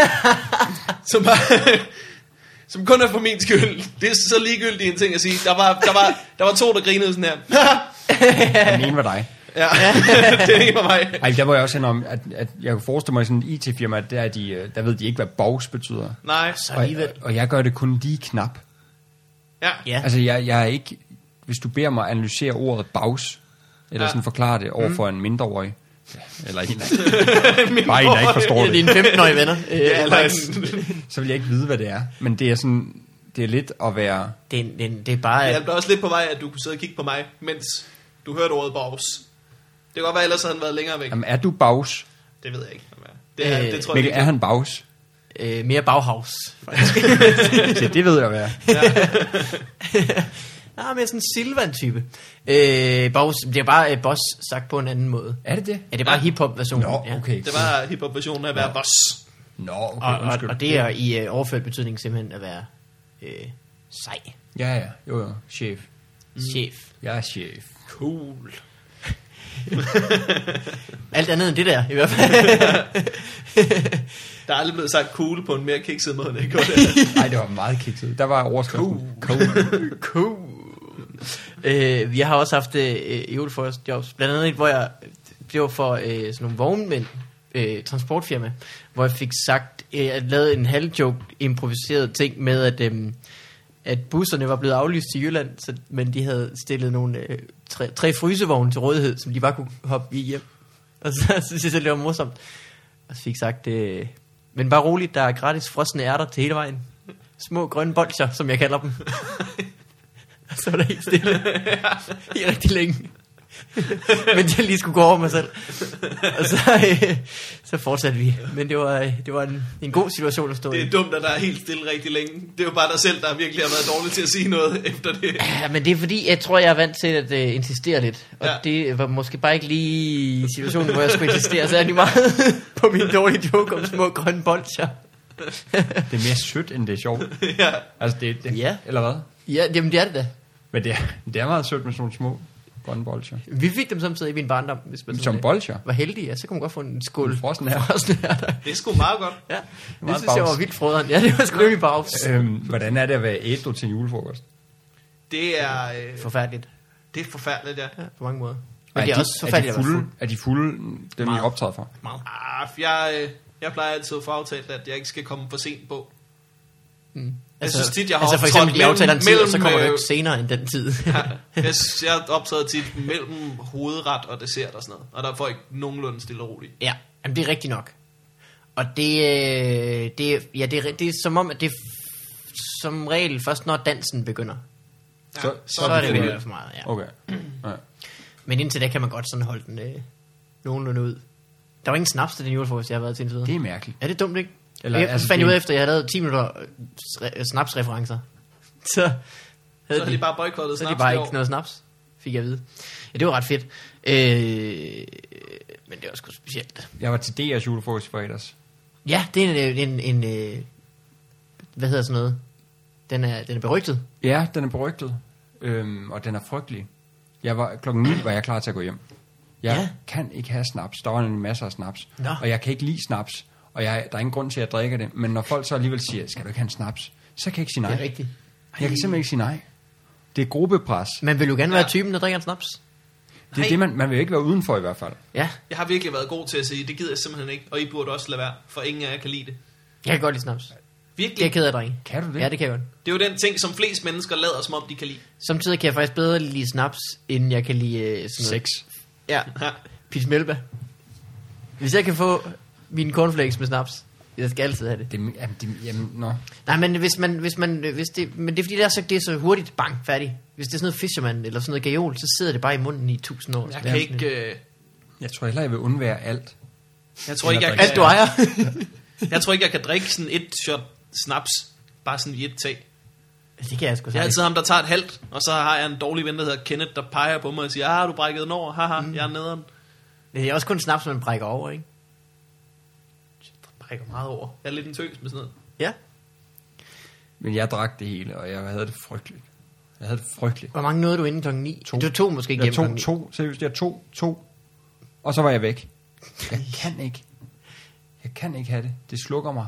Som kun er for min skyld. Det er så ligegyldigt en ting at sige. Der var to, der grinede sådan her. Den ene var dig. Ja, det er mig. Ej, der var jeg også hen om, at jeg kunne forestille mig i sådan en IT-firma, der ved de ikke, hvad bags betyder. Nej. Så alligevel. Og jeg gør det kun lige knap. Ja. Altså, jeg er ikke... hvis du beder mig at analysere ordet bags, eller sådan forklare det over for en mindreårig, eller en bare en, der ikke forstår det. Dine 15-årige venner. Så vil jeg ikke vide, hvad det er. Men det er sådan, det er lidt at være... Det er bare... Jeg blev også lidt på vej, at du kunne sidde og kigge på mig, mens du hørte ordet bags. Det kan godt være, ellers havde han været længere væk. Jamen, er du bags? Det ved jeg ikke. Det tror jeg ikke. Er han bags? Mere Bauhaus, faktisk. Det ved jeg, hvad er. Nej, men sådan en Silvan-type. Baus, det er bare boss sagt på en anden måde. Er det det? Ja, det er bare hip-hop-versionen. Nå, okay. Det var hip-hop-versionen af at være boss. Nå, okay, og det er i overført betydning simpelthen at være sej. Ja, jo, chef. Chef. Jeg er chef. Cool. Alt andet end det der, i hvert fald. Der er aldrig blevet sagt cool på en mere kikset måde, end jeg gjorde det. Nej, det var meget kikset. Der var overskriften. Cool. Vi har også haft julefrokostjobs. Blandt andet et, hvor jeg blev for sådan nogle vognmænd, transportfirma, hvor jeg fik sagt, jeg lavede en halvjoke, improviseret ting med, at busserne var blevet aflyst til Jylland, men de havde stillet nogle tre frysevogne til rådighed, som de bare kunne hoppe i hjem. Og så synes jeg, det var morsomt. Og så fik sagt, men bare roligt, der er gratis frosne ærter til hele vejen. Små grønne bolcher, som jeg kalder dem. Og så var der helt stille i rigtig længe. Men jeg lige skulle gå over mig selv. Og så fortsatte vi. Men det var en god situation at stå i. Det er dumt, at der er helt stille rigtig længe. Det er jo bare dig selv, der virkelig har været dårlig til at sige noget efter det. Ja, men det er fordi, jeg tror, jeg er vant til at insistere lidt. Og det var måske bare ikke lige situationen, hvor jeg skulle insistere særlig meget på min dårlige joke om små grønne bolcher. Det er mere sødt, end det er sjovt. Ja. Altså, ja. Eller hvad? Ja, jamen det er det da. Men det er meget sødt med sådan nogle små grønne bolcher. Vi fik dem samtidig i min barndom. Hvis man som bolcher? Var heldig, ja. Så kunne man godt få en skål. Frossen her. Det er sgu meget godt. Ja, det synes jeg var vildt frøderen. Ja, det var sgu i bags. Hvordan er det at være ædru til en julefrokost? Det er... forfærdeligt. Det er forfærdeligt, ja. På mange måder. Men det er også forfærdeligt at være fuld. Er de fulde, dem I optager for? Meget. Jeg plejer altid at få aftalt, at jeg ikke skal komme for sent på. Jeg Altså, synes tit, jeg har for eksempel, de aftaler en tid, og så kommer du ikke senere end den tid. Jeg har optaget tit mellem hovedret og dessert og sådan noget. Og der får ikke nogenlunde stille og roligt. Ja, jamen, det er rigtigt nok. Og det er som om, at det som regel først når dansen begynder. Så er det vel for meget, ja. Okay. Ja. Men indtil da kan man godt sådan holde den nogenlunde ud. Der var ingen snaps til den julefrokost, jeg har været til indtil videre. Det er mærkeligt. Er det dumt, ikke? Eller, jeg fandt ud af, efter jeg havde lavet 10 minutter snapsreferencer. Så havde de bare boykottet snaps. Så havde de bare ikke noget snaps, fik jeg at vide. Ja, det var ret fedt. Men det var sgu specielt. Jeg var til DR's julefrokost i fredags. Ja, det er en hvad hedder sådan noget? Den er berygtet. Ja, den er berygtet. Og den er frygtelig. Klokken 9 var jeg klar til at gå hjem. Jeg kan ikke have snaps. Der var en masse af snaps. Nå. Og jeg kan ikke lide snaps. Og der er ingen grund til, at jeg drikker det. Men når folk så alligevel siger, skal du ikke have en snaps? Så kan jeg ikke sige nej. Det er rigtigt. Jeg kan simpelthen ikke sige nej. Det er gruppepres. Man vil jo gerne være typen, der drikker en snaps. Det er det, man vil ikke være udenfor i hvert fald. Ja. Jeg har virkelig været god til at sige, det gider jeg simpelthen ikke. Og I burde også lade være, for ingen af jer kan lide det. Jeg kan godt lide snaps. Virkelig? Det er ked af at drikke. Kan du det? Ja, det kan jeg godt. Det er jo den ting, som flest mennesker lader, som om de kan lide. Samtidig kan jeg faktisk bedre lide snaps, end jeg kan lide sådan Sex. Ja, Peach Melba. Hvis jeg kan få mine cornflakes med snaps, jeg skal altid have det. Nej, men hvis det, men det er fordi det er så hurtigt, bang, færdig. Hvis det er sådan noget fisherman eller sådan noget gajol, så sidder det bare i munden i 1000 år. Jeg kan ikke... Jeg tror heller, jeg vil undvære alt. Jeg tror ikke, alt du ejer. Jeg tror ikke, jeg kan drikke sådan et shot snaps, bare sådan i et tag. Det kan jeg sgu. Jeg er altid ham, der tager et halvt, og så har jeg en dårlig ven, der hedder Kenneth, der peger på mig og siger, har du brækket den over? Haha, jeg er nederen. Det er også kun snaps, man brækker over, ikke? Jeg brækker meget over. Jeg er lidt en tøs med sådan noget. Ja. Men jeg drak det hele, og jeg havde det frygteligt. Hvor mange nåede du inden klokken 9? 2. Du tog måske ikke hjem klokken 9. Seriøst, jeg tog 2. Og så var jeg væk. Jeg kan ikke have det. Det slukker mig.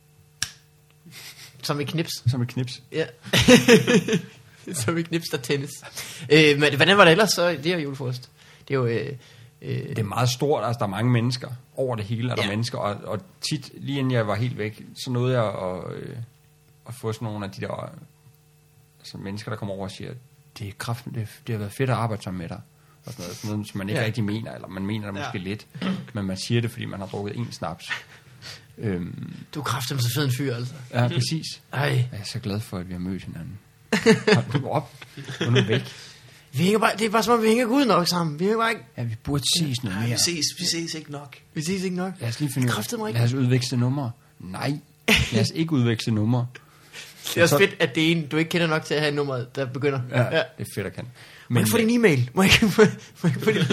Som et knips. Ja. Som et knips, der tennis. Men hvordan var det ellers så, det her julefrokost? Det er jo... Det er meget stort, altså der er mange mennesker. Over det hele er der mennesker, og tit, lige inden jeg var helt væk, så nåede jeg at få sådan nogle af de der altså mennesker, der kommer over og siger, det er kraften, det har været fedt at arbejde sammen med dig. Og sådan noget, som man ikke rigtig mener, eller man mener det måske lidt. Men man siger det, fordi man har drukket en snaps. Du er kraftigt så fed en fyr, altså. Ja, præcis. Ej. Jeg er så glad for, at vi har mødt hinanden. Hold nu op. Gå nu væk. Det er bare som om, vi hænger ud nok sammen. Vi hænger bare ikke... Ja, vi burde ses noget mere. Vi ses ikke nok. Vi ses ikke nok. Lad os lige finde ud. Lad os udveksle numre. Nej, lad os ikke udveksle numre. Det er også fedt, at det er en, du ikke kender nok til at have nummeret, der begynder. Ja, det er fedt at kan. Må jeg få din e-mail? Må jeg få din...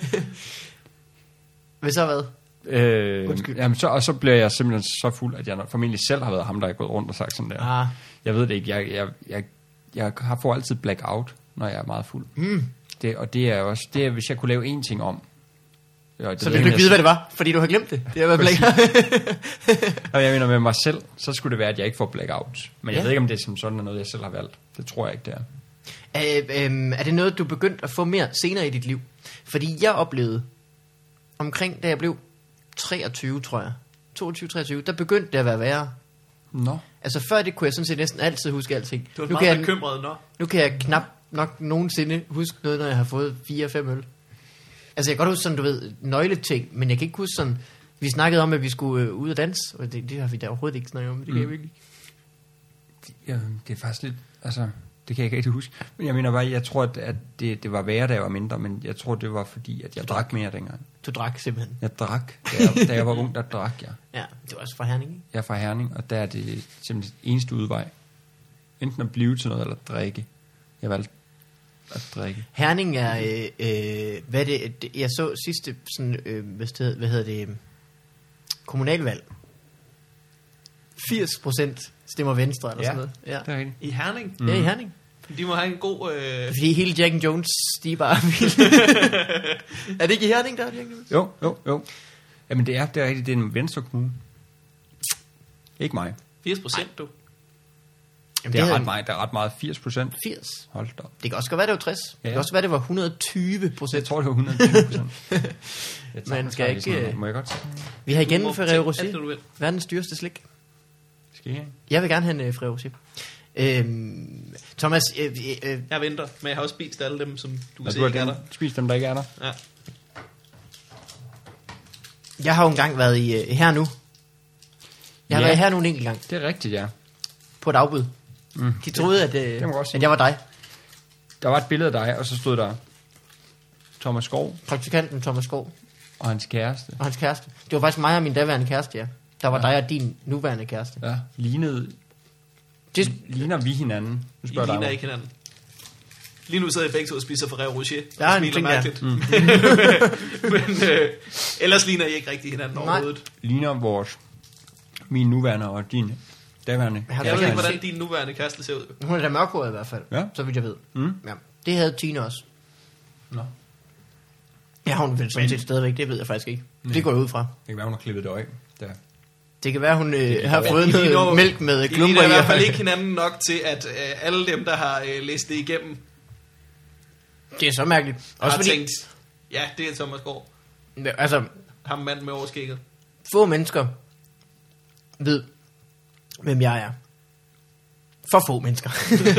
Hvad så hvad? Jamen så bliver jeg simpelthen så fuld, at jeg formentlig selv har været ham, der er gået rundt og sagt sådan der. Jeg ved det ikke. Jeg får altid blackout, når jeg er meget fuld. Det er også, hvis jeg kunne lave én ting om. Så vil du ikke vide, hvad det var, fordi du har glemt det. Det er blackout. Og jeg mener med mig selv, så skulle det være, at jeg ikke får blackout. Men jeg ved ikke, om det er som sådan noget, jeg selv har valgt. Det tror jeg ikke, det er. Er det noget, du begyndte at få mere senere i dit liv? Fordi jeg oplevede, omkring da jeg blev 23, tror jeg, 22-23, der begyndte det at være værre. Altså før det kunne jeg sådan set næsten altid huske alting. Du var meget bekymret, Nu kan jeg knap nok nogensinde huske noget, når jeg har fået 4-5 øl. Altså jeg kan godt huske sådan, du ved, nøgleting, men jeg kan ikke huske sådan, vi snakkede om, at vi skulle ud og danse, og det har vi da overhovedet ikke snakket om, det kan jeg virkelig ikke. Det er faktisk lidt, altså, det kan jeg ikke rigtig huske. Men jeg mener bare, jeg tror, at det var værre, da jeg var mindre, men jeg tror, det var fordi, at jeg drak mere dengang. Du drak simpelthen? Jeg drak. Da jeg var ung, der drak jeg. Ja, det var også fra Herning, ikke? Jeg er fra Herning, og der er det simpelthen eneste udvej. Enten at blive til noget, eller drikke. Jeg valgte at drikke. Herning er, hvad det, jeg så sidste, sådan, hvad hedder det, kommunalvalg. 80% stemmer Venstre, eller sådan noget. Ja, det er rigtigt. I Herning? Ja, i Herning. De må have en god... Fordi hele Jack and Jones, de er bare... Er det ikke i Herning, der er Jack and Jones? Jo. Jamen det er rigtigt, det er en Venstre kommune. Ikke mig. 80%, du? Jamen, det er ret meget. Der er ret meget. 80%. 80. Hold da. Det kan også godt være, det var 60. Ja. Det kan også være, det var 120%. Jeg tror, det var 120%. Man skal ikke... Må jeg godt sige? Vi har igen Ferrero Rocher. Verdens dyreste slik. Skal I? Jeg vil gerne have en Ferrero Rocher. Thomas... Jeg venter, men jeg har også spist alle dem, som du kan se ikke er der. Spist dem, der ikke er der? Ja. Jeg har jo engang været i her nu. Jeg har været her nu en enkelt gang. Det er rigtigt, ja. På et afbud. De troede, at jeg var dig. Der var et billede af dig, og så stod der Thomas Skov. Praktikanten Thomas Skov. Og hans kæreste. Det var faktisk mig og min daværende kæreste, ja. Der var dig og din nuværende kæreste. Ja, ligner vi hinanden? I ligner ikke hinanden. Lige nu sidder jeg begge to og spiser Ferrero Rocher. Ja, og smiler mærkeligt. Men ellers ligner I ikke rigtig hinanden overhovedet. Ligner min nuværende og din daværende. Jeg ved ikke, hvordan din nuværende kæreste ser ud. Hun er da mørkhåret i hvert fald, så vidt jeg ved. Ja. Det havde Tine også. Nå. Ja, hun vil sådan set stadigvæk, det ved jeg faktisk ikke. Det går jeg ud fra. Det kan være, hun har klippet det øje. Det kan være, hun har fået noget mælk med klumper i. I er i hvert fald ikke hinanden nok til, at alle dem, der har læst det igennem... Det er så mærkeligt. Også har tænkt, ja, det er Thomas Skov. Altså... Ham mand med overskægget. Få mennesker ved, hvem jeg er. For få mennesker.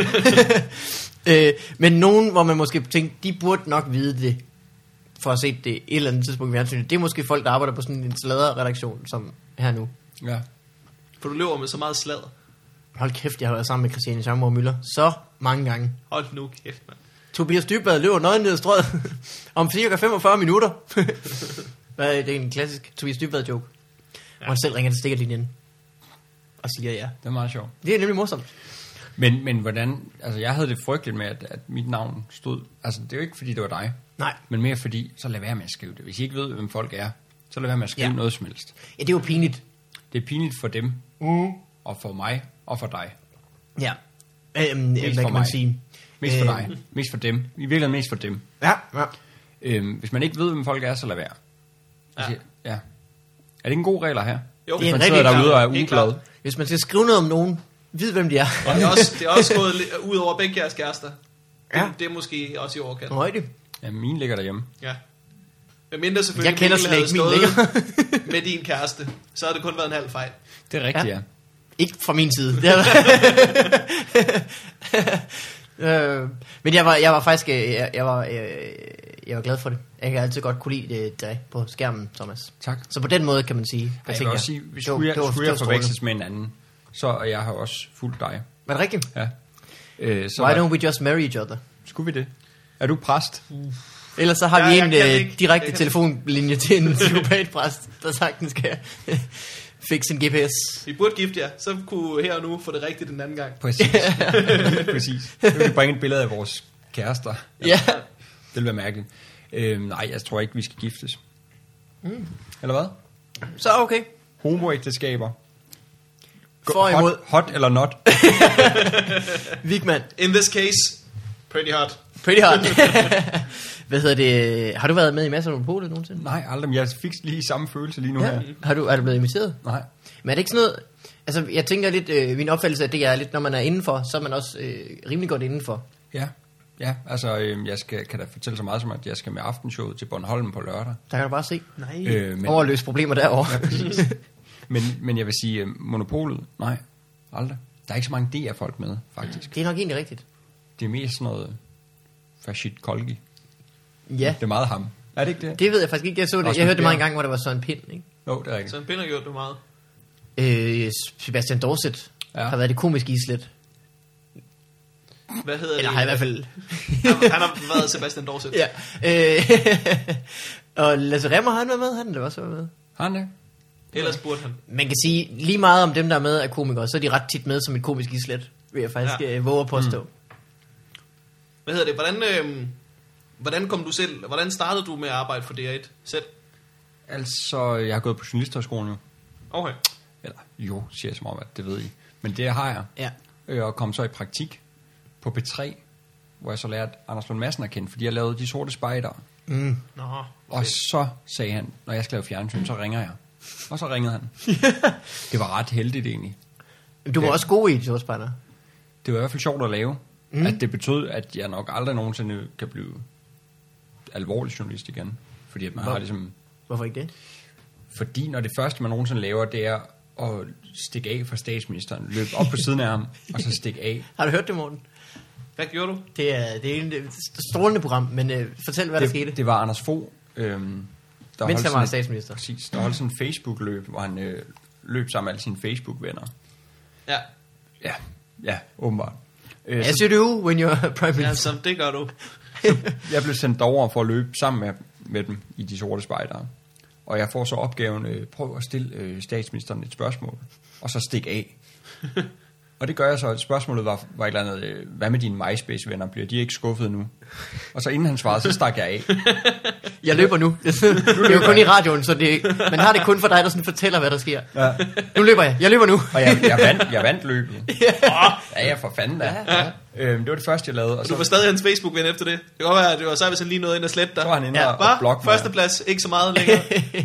Men nogen, hvor man måske tænker, de burde nok vide det, for at se det et eller andet tidspunkt i fjernsynet. Det er måske folk, der arbejder på sådan en sladderredaktion, som her nu. Ja. For du løber med så meget sladder. Hold kæft, jeg har været sammen med Christiane Schamborg Müller så mange gange. Hold nu kæft, mand. Tobias Dybvad løber nøgen ned ad strøget om cirka 45 minutter. Det er en klassisk Tobias Dybvad joke. Ja. Og han selv ringer til stikkerlinjen og siger ja. Det er meget sjovt. Det er nemlig morsomt. Men hvordan, altså jeg havde det frygteligt med, at mit navn stod, altså det er jo ikke fordi det var dig. Nej. Men mere fordi, så lad være med at skrive det. Hvis I ikke ved, hvem folk er, så lad være med at skrive noget som helst. Ja, det er jo pinligt. Det er pinligt for dem, og for mig, og for dig. Ja. Hvad kan man sige? Mest for dig, mest for dem. I virkeligheden mest for dem. Ja. Hvis man ikke ved, hvem folk er, så lad være. Altså, ja. Er det ikke en god regel her? Jo, hvis man sidder derude og er uglad. Hvis man skal skrive noget om nogen, vid hvem de er. Og det er også gået ud over begge jeres kærester. Ja. Det er måske også i overkant. Højde. Ja, mine ligger derhjemme. Ja. Men mindre selvfølgelig, jeg kender slet ikke min ligger. Med din kæreste, så har det kun været en halv fejl. Det er rigtigt, ja. Ikke fra min side. Men jeg var faktisk jeg var glad for det. Jeg kan altid godt kunne lide dig på skærmen, Thomas. Tak. Så på den måde kan man sige. Jeg kan også sige, hvis skulle jeg forveksles med en anden, så og jeg har også fulgt dig. Var det rigtigt? Ja. Why don't we just marry each other? Skulle vi det? Er du præst? Ellers så har vi en direkte telefonlinje til en psykopatpræst, der sagtens skal fikse en GPS. Vi burde gifte jer, så kunne her og nu få det rigtigt den anden gang. Præcis. Præcis. Så vil vi bringe et billede af vores kærester. Ja. Det vil være mærkeligt. Nej, jeg tror ikke, vi skal giftes. Eller hvad? Så okay. Homoægteskaber. For imod. Hot eller not? Vigman. In this case, pretty hot. Pretty hot. Hvad hedder det? Har du været med i Masser af Monopolet nogensinde? Nej, aldrig. Men jeg fik lige samme følelse lige nu her. Er du blevet inviteret? Nej. Men er det ikke sådan noget... Altså, jeg tænker lidt... min opfattelse af det er lidt, når man er indenfor, så er man også rimelig godt indenfor. Ja, altså, jeg kan da fortælle så meget som, at jeg skal med aftenshowet til Bornholm på lørdag. Der kan du bare se. Nej. Overløse problemer derovre. Ja, præcis. men jeg vil sige, Monopolet, nej, aldrig. Der er ikke så mange DR-folk med, faktisk. Det er nok egentlig rigtigt. Det er mest sådan noget Fashid Kolgi. Ja. Det er meget ham. Er det ikke det? Det ved jeg faktisk ikke. Jeg hørte det meget engang, hvor der var Søren Pind, ikke? Jo, det er rigtigt. Søren Pind har gjort det meget. Sebastian Dorset har været det komiske islet. Hvad hedder Eller det? har i hvert fald... han har været Sebastian Dorset. Ja. Og Lasse Remmer, har han været med? Han har også været med. Har han det? Ellers burde han. Man kan sige, lige meget om dem, der er med af komikere, så er de ret tit med som et komisk islet, vil jeg faktisk våge at påstå. Hvad hedder det? Hvordan kom du selv? Hvordan startede du med at arbejde for DR1 selv? Altså, jeg har gået på journalisthøjskolen jo. Okay. Eller, jo, siger jeg som om, at det ved I. Men det har jeg. Ja. Og kom så i praktik på P3, hvor jeg så lærte Anders Lund Madsen at kende, fordi jeg lavede De Sorte Spejdere. Mm. Nå, okay. Og så sagde han, når jeg skal lave fjernsyn, så ringer jeg. Og så ringede han. Det var ret heldigt egentlig. Du var også god i De Spejder. Det var i hvert fald sjovt at lave. At det betød, at jeg nok aldrig nogensinde kan blive alvorlig journalist igen. Fordi at man har ligesom... Hvorfor ikke det? Fordi når det første, man nogensinde laver, det er at stikke af fra statsministeren. Løbe op på siden af ham, og så stikke af. Har du hørt det, Morten? Hvad gjorde du? Det er et strålende program, men fortæl, hvad der skete. Det var Anders Fogh, mens han var statsminister. Præcis, der holdt sådan en Facebook-løb, hvor han løb sammen med alle sine Facebook-venner. Ja. Ja, åbenbart. As you do when you're prime minister. Ja, som det gør du. Jeg blev sendt derover for at løbe sammen med dem i De Sorte Spejdere. Og jeg får så opgaven, prøv at stille statsministeren et spørgsmål, og så stik af. Og det gør jeg så. Spørgsmålet var et eller andet, hvad med dine MySpace-venner? Bliver de ikke skuffet nu? Og så inden han svarede, så stak jeg af. Jeg løber nu. Det er jo kun i radioen, så man har det kun for dig, der sådan fortæller, hvad der sker. Ja. Nu løber jeg. Jeg løber nu. Og jeg vandt løbet. Ja, for fanden da. Ja. Det var det første, jeg lavede. Og så... Du var stadig hans Facebook-ven efter det. Det kan godt være, at det var så, hvis han lige nåede ind og slette dig. Så var han inde og blokke mig. Førsteplads, ikke så meget længere.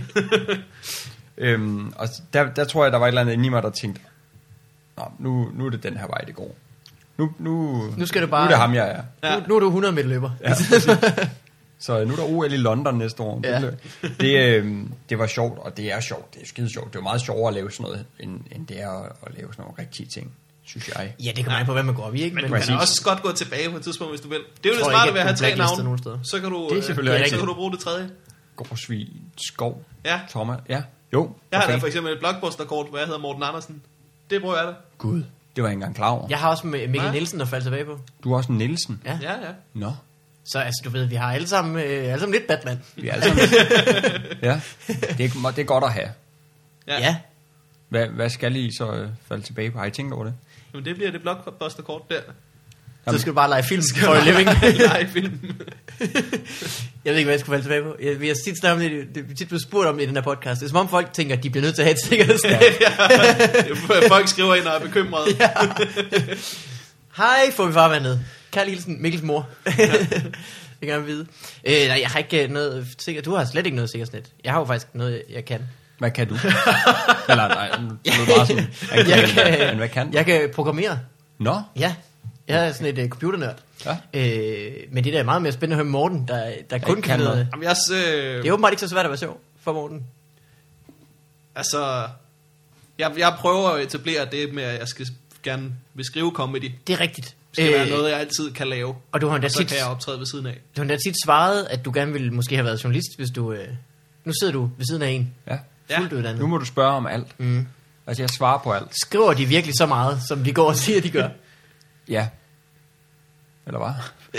Og der tror jeg, der var et eller andet inde i mig, der tænkte, nu er det den her vej, det går. Nu skal det bare... Nu er det ham, jeg er. Ja. Nu er du 100 meter løber. Ja, så nu er der OL i London næste år. Ja. Det var sjovt, og det er sjovt. Det er skide sjovt. Det er meget sjovere at lave sådan noget, end det er at lave sådan nogle rigtige ting, synes jeg. Ja, det kommer an på, hvad man går op i, ikke? Men man kan også godt gå tilbage på et tidspunkt, hvis du vil. Det er jo det smarte ved at have 3 navne. Så kan du, så kan du bruge det tredje. Gårdsvig, Skov, ja. Thomas. Ja, jo. Jeg har da for eksempel et blockbuster-kort, hvor jeg hedder Morten Andersen. Det bruger jeg da. Gud, det var jeg ikke engang klar over. Jeg har også Mikkel Nielsen, der faldt tilbage på. Du har også en Nielsen? Ja. Nå. Så altså, du ved, vi har alle sammen lidt Batman. Vi er alle sammen ja, det er godt at have. Ja. Hvad skal I så falde tilbage på? Har I tænkt over det? Jamen det bliver det blockbuster-kort der. Så skal du bare lege film for a living. Lege film. Jeg ved ikke, hvad jeg skulle falde tilbage på. Vi har tit snakket om det. Vi tit blevet spurgt om det i den her podcast. Det er som om folk tænker, at de bliver nødt til at have et sikkerhedsnet. Ja. Folk skriver ind og er bekymrede. Ja. Hej, får vi farvandet. Kærlig hilsen, Mikkels mor. Ja. Jeg kan vide. Nej, jeg har ikke noget sikkert. Du har slet ikke noget sikkerhedsnet. Jeg har jo faktisk noget, jeg kan. Hvad kan du? Eller nej, bare sådan. Hvad kan du? Jeg kan programmere. Nå? Ja. Jeg er sådan et computernørd. Ja. Men det der er meget mere spændende at høre Morten, der kun kan noget. Jamen, det er åbenbart ikke så svært at være sjov for Morten. Altså, jeg prøver at etablere det med, at jeg skal gerne vil skrive comedy. Det er rigtigt. skal være noget, jeg altid kan lave. Og du har endda så kan jeg optræde ved siden af. Du har endda tit svaret, at du gerne ville måske have været journalist, hvis du... nu sidder du ved siden af en. Ja. Fuldt uddannet. Nu må du spørge om alt. Altså, jeg svarer på alt. Skriver de virkelig så meget, som de går og siger, de gør? Ja. Eller hvad?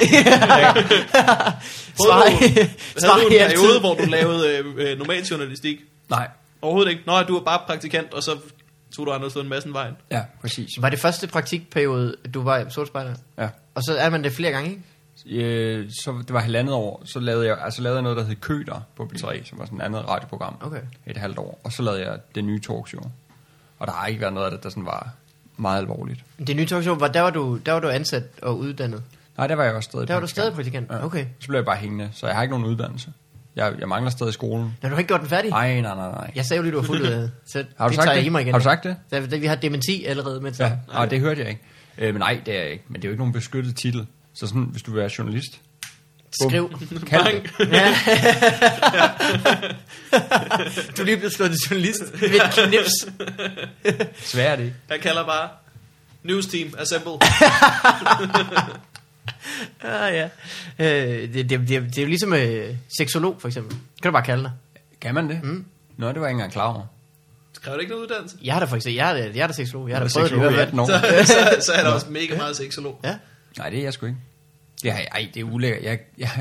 Havde du en periode, hvor du lavede normal journalistik? Nej. Overhovedet ikke. Nå, du var bare praktikant, og så tog du andre stået en masse vejen. Ja, præcis. Var det første praktikperiode, du var i Sortspejder? Ja. Og så er man det flere gange, ikke? Så det var 1,5 år. Så lavede jeg noget, der hed Køter på P3, som var sådan et andet radioprogram. Okay. Et halvt år. Og så lavede jeg det nye talkshow. Og der har ikke været noget af det, der sådan var meget alvorligt. Det nye talkshow, der var du ansat og uddannet? Nej, der var jeg også stadig. Der var du stadig praktikant? Ja. Okay. Så blev jeg bare hængende, så jeg har ikke nogen uddannelse. Jeg mangler stadig skolen. Nå, du har ikke gjort den færdig? Nej. Jeg sagde jo lige, du var fuldt uddannet. Så har du sagt det? Igen. Har du sagt det? Så vi har dementi allerede med ja. Nej, det hørte jeg ikke. Men nej, det er jeg ikke. Men det er jo ikke nogen beskyttet titel. Så sådan, hvis du vil være journalist... Skriv. Kald det. Ja. Du er lige blevet slået til journalist med et knips. Svær er det ikke. Jeg kalder bare News Team Assemble. Ja. Det er jo ligesom seksolog, for eksempel. Kan du bare kalde dig? Kan man det? Nå, det var jeg ikke engang klar over. Kræver det ikke noget uddannelse? Jeg har da for eksempel, jeg er da seksolog. Jeg har da prøvet det i 18 år. Så er der også mega meget seksolog. Ja. Nej, det er jeg sgu ikke. Det er ulækkert.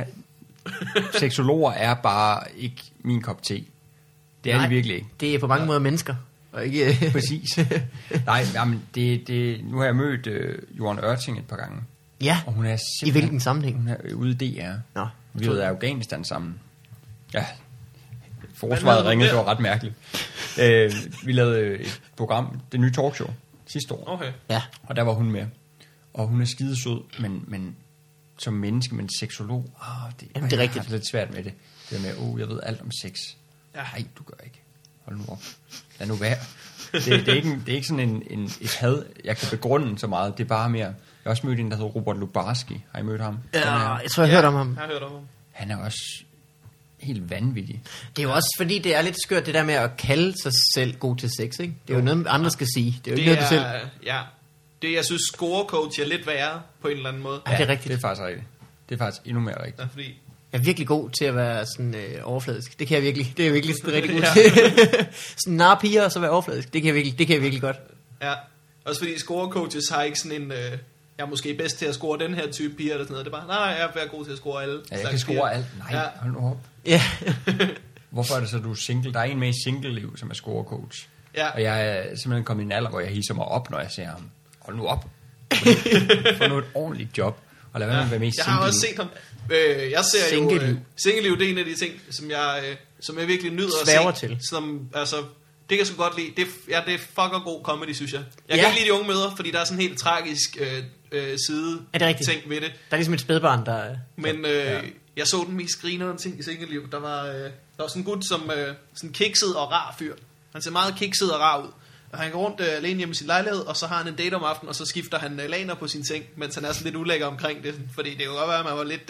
Seksologer er bare ikke min kop te. Det er de virkelig ikke. Det er på mange måder mennesker. Og ikke præcis. Nej, men nu har jeg mødt Johan Ørting et par gange. Ja. Og hun er i hvilken sammenhæng? Hun er ude i DR. Nå. Vi var i Afghanistan sammen. Ja. Forsvaret ringede, det var ret mærkeligt. Vi lavede et program, det nye talkshow, sidste år. Okay. Ja. Og der var hun med. Og hun er skidesød, men som menneske, men seksolog. Jamen, det er rigtigt. Jeg har lidt svært med det. Det med, jeg ved alt om sex. Ja. Nej, du gør ikke. Hold nu op. Lad nu være. Det er ikke sådan et had, jeg kan begrunde så meget. Det er bare mere... Jeg har også mødt en, der hedder Robert Lubarski. Har I mødt ham? Ja, jeg tror, jeg har hørt om ham. Jeg har hørt om ham. Han er også helt vanvittig. Det er jo også fordi, det er lidt skørt, det der med at kalde sig selv god til sex, ikke? Det er jo noget, andre skal sige. Det er jo ikke noget, du selv... Ja. Det, jeg synes, scorecoach er lidt værre på en eller anden måde. Ja, det er rigtigt. Det er faktisk rigtigt. Det er faktisk endnu mere rigtigt. Ja, fordi... Jeg er virkelig god til at være sådan overfladisk. Det kan jeg virkelig. Det er jeg virkelig sådan rigtig god til. Sådan narre piger og så være overfladisk. Det kan jeg virkelig godt. Ja. Også fordi scorecoaches har ikke sådan en... jeg er måske bedst til at score den her type piger eller sådan noget. Det er bare, nej, jeg er være god til at score alle. Ja, jeg kan score alt. Nej, ja. Hold nu op. Ja. Hvorfor er det så, du er single? Der er en med i single-liv, som er scorecoach. Ja. Og jeg er simpelthen kommet i en alder, hvor jeg hisser mig op, når jeg ser ham. Hold nu op. Få nu et ordentligt job. Og lad være med at være med i single-liv. Jeg har også set ham. Jeg ser single-liv. Single-liv, det er en af de ting, som jeg virkelig nyder Sværger at se. Til. Som, altså, det kan jeg sgu godt lide. Det er fucker god comedy, synes jeg. Jeg kan ikke lide de unge møder, fordi der er sådan en helt tragisk side ting ved det. Der er ligesom et spædbarn, der... Men jeg så den mest grinerende ting i Single-liv. Der var sådan en gut, som sådan kikset og rar fyr. Han ser meget kikset og rar ud. Og han går rundt alene hjemme i sin lejlighed, og så har han en date om aftenen, og så skifter han laner på sin seng, mens han er sådan lidt ulækker omkring det. Fordi det kan godt være, at man var lidt...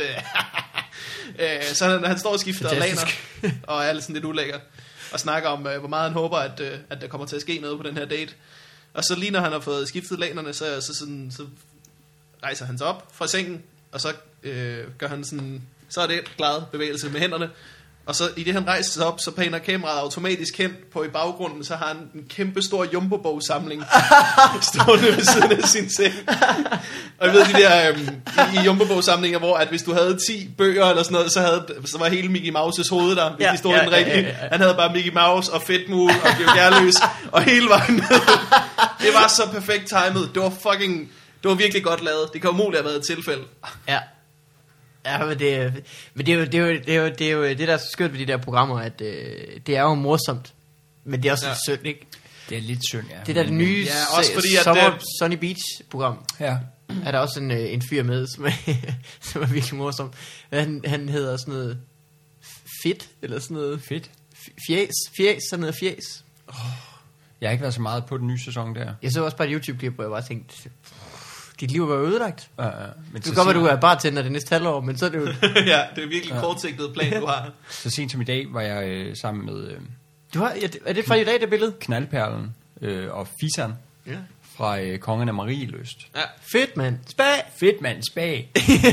så han står og skifter laner, og er sådan lidt ulækker. Og snakker om, hvor meget han håber, at der kommer til at ske noget på den her date. Og så lige når han har fået skiftet lanerne, så rejser han sig op fra sengen, og så gør han sådan... Så er det et glad bevægelse med hænderne. Og så i det han rejser sig op, så paner kameraet automatisk hen på i baggrunden, så har han en kæmpe stor Jumbo-bogsamling stående ved siden af sin seng. Og jeg ved de der i Jumbo-bogsamlinger, hvor at hvis du havde 10 bøger eller sådan noget, så var hele Mickey Mouses hoved der, hvis de stod den rigtige. Ja. Han havde bare Mickey Mouse og Fedtmule og Georg og hele vejen ned. Det var så perfekt timet. Det var virkelig godt lavet. Det kan umuligt have været et tilfælde. Ja. Ja, men det er jo det, der er så skørt ved de der programmer, at det er jo morsomt, men det er også lidt synd, ikke? Det er lidt synd, ja. Det der det nye også fordi, Sunny Beach-program, er der også en fyr med, som er virkelig morsom. Han hedder sådan noget Fit, eller sådan noget... Fit? Fjæs, sådan noget fjæs. Jeg har ikke været så meget på den nye sæson der. Jeg så også bare et YouTube-klip, hvor jeg bare tænkte... Dit liv var ødelagt. Men du kan godt være, du er bartender det næste halvår, men så er det jo... ja, det er virkelig kortsigtet plan, du har. Så sent som i dag var jeg sammen med... er det fra i dag, det billede? Knaldperlen og Fisan. Ja. fra Kongen af Marielyst. Ja. Fedt, mand. Spag! Fedt, mand, spag.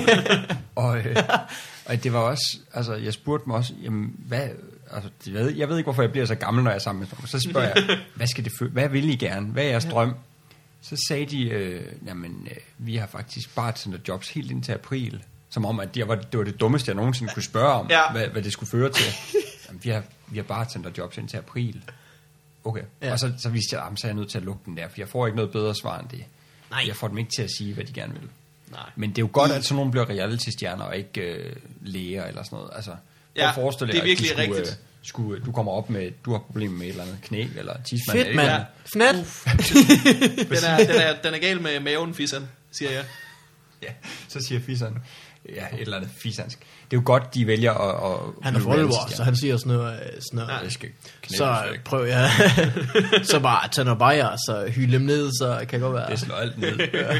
og det var også, altså jeg spurgte mig også, jamen hvad, altså jeg ved ikke, hvorfor jeg bliver så gammel, når jeg er sammen med dem. Så spørger jeg, hvad vil I gerne? Hvad er jeres drøm? Så sagde de, vi har faktisk bartenderjobs helt indtil april. Som om, at det var det dummeste, jeg nogensinde kunne spørge om, hvad det skulle føre til. Jamen, vi har bartenderjobs indtil april. Okay. Ja. Og så viste jeg, så er jeg nødt til at lukke den der, for jeg får ikke noget bedre svar end det. Nej. Jeg får dem ikke til at sige, hvad de gerne vil. Nej. Men det er jo godt, at sådan nogen bliver reality-stjerner, og ikke læger eller sådan noget. Altså, det er virkelig rigtigt. Du kommer op med, du har problemer med et eller andet knæ, eller tidsmand. Fedt, mand. Fnat. Den er gal med maven, fisseren, siger jeg. Ja, så siger fisseren. Ja, et eller andet fisansk. Det er jo godt, de vælger at han er forløber, så han siger sådan noget. Så prøv jeg. Så bare tage noget bajer, så hylde dem ned, så kan det godt være. Det slår alt ned.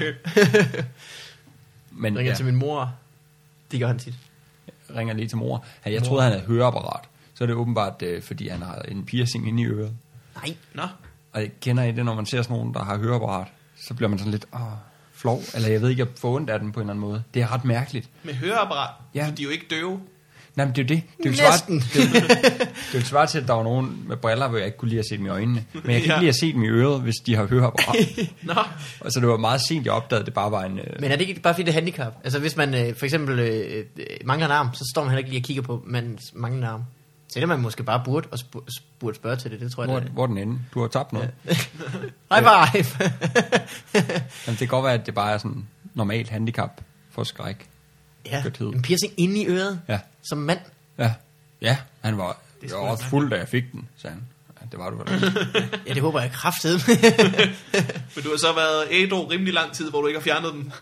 Men ringer til min mor. Det gør han tit. Ringer lige til mor. Jeg troede, han havde høreapparat. Så er det åbenbart, fordi han har en piercing inde i øret. Nej. Nå. Og jeg kender I det, når man ser sådan nogen, der har høreapparat, så bliver man sådan lidt, flov, eller jeg ved ikke, jeg får ondt af den på en eller anden måde. Det er ret mærkeligt. Med høreapparat? Ja. De er jo ikke døve. Nej, men det er jo det. Det vil svare til, at der var nogen med briller, hvor jeg ikke kunne lide at se dem i øjnene. Men jeg kan ikke lide at se dem i øret, hvis de har høreapparat. Nå. Og så det var meget sent, jeg opdagede, det bare var en... Men er det ikke bare fordi, det er handicap? Altså hvis man for eksempel mangler en arm, så står man heller ikke lige og kigger på mandens manglende arm. Så det man måske bare burde spørge til det tror jeg. Hvor den ende? Du har tabt noget. High five! Jamen, det kan godt være, at det bare er sådan normalt handicap for skræk. Ja, en piercing inde i øret, som mand. Ja, han var også fuld, da jeg fik den, sagde han. Ja, det var du vel. Ja, det håber jeg kraftedeme. Men du har så været ædru rimelig lang tid, hvor du ikke har fjernet den.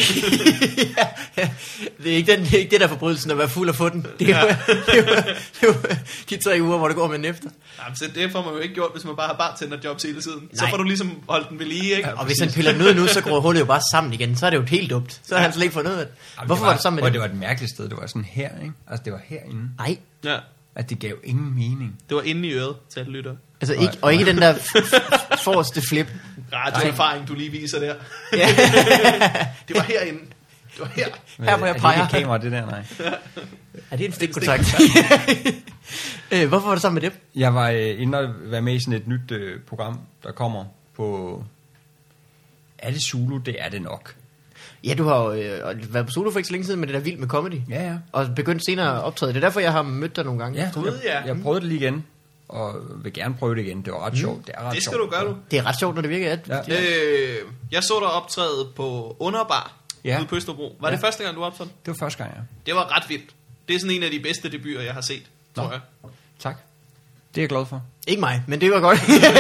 Det er ikke det der forbrydelsen at være fuld og få den. Det er jo de 3 uger, hvor det går med den efter. Jamen, så det får man jo ikke gjort, hvis man bare har bartenderjobs hele tiden. Nej. Så får du ligesom holdt den ved lige, ikke? Og hvis han piller den ud nu, så går hullet jo bare sammen igen. Så er det jo helt dumt. Så har han slet ikke fundet ud af det. Hvorfor var det sammen med det? Det var et mærkeligt sted. Det var sådan her, ikke? Altså, det var herinde. Nej. Ja. At det gav ingen mening. Det var inde i øret, til at lytte. Altså ikke, og ikke den der forreste flip. Radioerfaring, du lige viser der. Ja. Det var herinde. Det var her. Her hvor jeg peger. Er det ikke kamera, det der? Nej. Er det en stikkontakt? Hvorfor var det sammen med det? Jeg var inde og være med i sådan et nyt program, der kommer på... Er det Zulu? Det er det nok. Ja, du har jo været på Zulu for ikke så længe siden med det der Vild med Comedy. Ja. Og begyndt senere at optræde. Det er derfor, jeg har mødt dig nogle gange. Ja, jeg prøvede det lige igen. Og vil gerne prøve det igen. Det var ret sjovt. Det skal du gøre, du. Det er ret sjovt, når det virker. Jeg så dig optræde på Underbar ude på Østerbro. Var det første gang, du optrådte? Det var første gang, ja. Det var ret vildt. Det er sådan en af de bedste debuter, jeg har set, tror jeg. Tak. Det er jeg glad for. Ikke mig, men det var godt.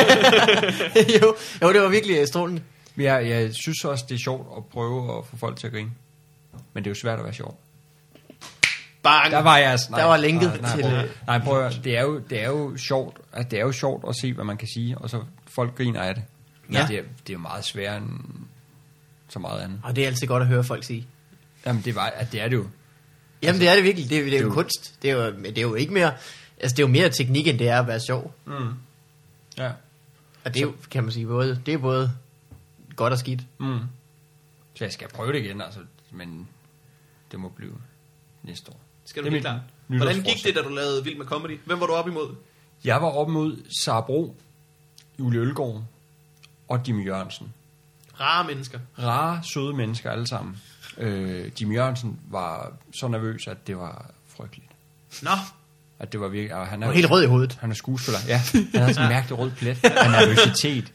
jo, det var virkelig strålende. Jeg synes også, det er sjovt at prøve at få folk til at grine. Men det er jo svært at være sjov. Bang! Der var jeg der var linket til... Nej, prøv at, det er jo sjovt. Altså, det er jo sjovt at se, hvad man kan sige, og så folk griner af det. Ja. Det er jo meget sværere end så meget andet. Og det er altid godt at høre folk sige. Jamen, det er det jo. Jamen, det er det virkelig. Det er jo kunst. Det er jo ikke mere... Altså, det er jo mere teknik, end det er at være sjov. Mm. Ja. Og det er jo, kan man sige, det er både godt og skidt. Mm. Så jeg skal prøve det igen, altså, men det må blive næste år. Skal du blive klar? Hvordan gik det, da du lavede Vild med Comedy? Hvem var du op imod? Jeg var op imod Sara Bro, Julie Ølgaard og Jimmy Jørgensen. Rare mennesker. Rare, søde mennesker alle sammen. Jimmy Jørgensen var så nervøs, at det var frygteligt. Nå. At det var virkelig, og han er helt rød i hovedet. Han er skuespiller. Ja, han havde sådan en mærkelig rød plet. Han er nervøsitet.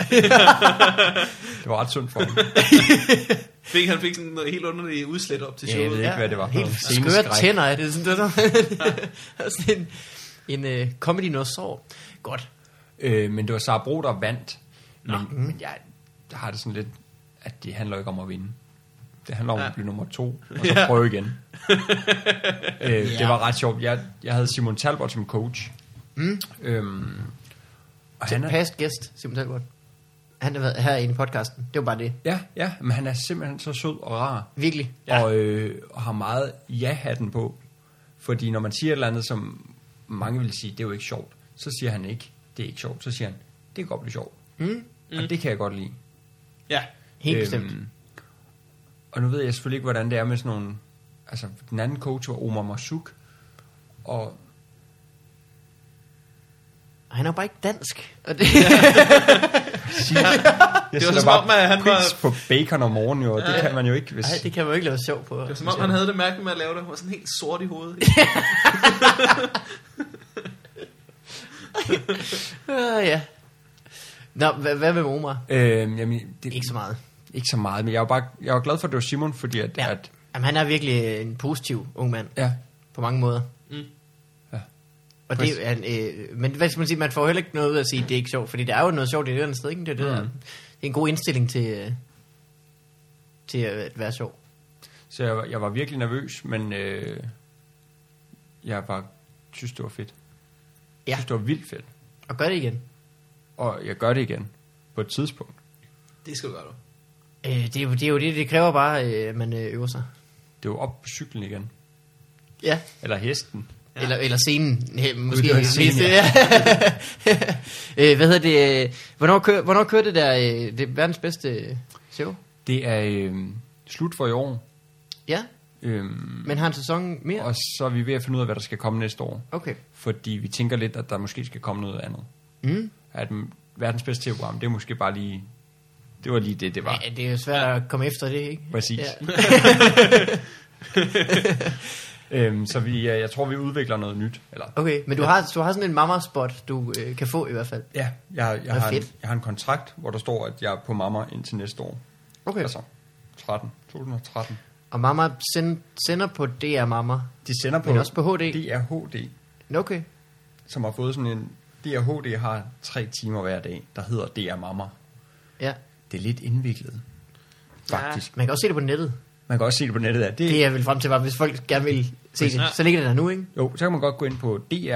Det var ret sundt for ham. Han fik sådan noget helt underligt udslæt op til showet. Jeg ved ikke, hvad det var. Helt skøre tænder af det. Det var sådan en comedy noget sår. Godt. Men det var Sara Bro, der vandt. Men jeg har det sådan lidt, at det handler ikke om at vinde. Det handler om at blive nummer 2, og så prøve igen. Det var ret sjovt. Jeg havde Simon Talbot som coach. Og han er past gæst, Simon Talbot. Han har været herinde i podcasten. Det var bare det. Ja, men han er simpelthen så sød og rar. Virkelig. Ja. Og har meget ja-hatten på. Fordi når man siger et eller andet, som mange vil sige, det er jo ikke sjovt, så siger han ikke, det er ikke sjovt. Så siger han, det kan godt blive sjovt. Og det kan jeg godt lide. Ja. Helt bestemt. Og nu ved jeg selvfølgelig ikke, hvordan det er med sådan nogle... Altså, den anden coach var Omar Marzouk, og... Han er bare ikke dansk. Og det... Jeg Det var sætter som bare om, at han var... pris på bacon om morgenen, jo, og det kan man jo ikke, hvis... Nej, det kan man jo ikke lave sjov på. Det var som om, han havde det mærkeligt med at lave det. Han var sådan helt sort i hovedet. Ja. Nå, hvad med Omar? Jamen, det, Ikke så meget. ikke så meget, men jeg var glad for, at det var Simon, fordi at... Ja. at Jamen, han er virkelig en positiv ung mand. ja, På mange måder. Mm. Ja. Og det er, men hvad skal man sige, man får heller ikke noget ud af at sige, at det er ikke sjovt, fordi der er jo noget sjovt i det andet sted, ikke? Det er, det, der, det er en god indstilling til at være sjov. så jeg var virkelig nervøs, men synes, det var fedt. Jeg synes, det var vildt fedt. Og gør det igen. Og jeg gør det igen på et tidspunkt. Det skal du gøre, du. Det er jo det kræver bare, at man øver sig. Det var op på cyklen igen. Ja. Eller hesten. Ja. Eller scenen. Måske. Det var scenen, Hvad hedder det? Hvornår kørte det der det verdens bedste show? Det er slut for i år. Ja. Men har en sæson mere? Og så er vi ved at finde ud af, hvad der skal komme næste år. Okay. Fordi vi tænker lidt, at der måske skal komme noget andet. At verdens bedste TV-program, det er måske bare lige... Det var lige det var. Ja, det er jo svært at komme efter det, ikke? Præcis. Ja. Så jeg tror, vi udvikler noget nyt. Eller, Okay, men du har sådan en mamma-spot, du kan få i hvert fald. ja, jeg fedt. har en kontrakt, hvor der står, at jeg er på Mamma indtil næste år. Okay. Altså 2013. Og mamma sender på DR Mamma. De sender på Men også på HD. DRHD, Okay. som har fået sådan en... DRHD har 3 timer hver dag, der hedder DR Mamma. Ja. Det er lidt indviklet, faktisk. Man kan også se det på nettet. Man kan også se det på nettet. Ja. Det er vel frem til, hvis folk gerne vil se det. Ja. Så ligger det der nu, ikke? Jo, så kan man godt gå ind på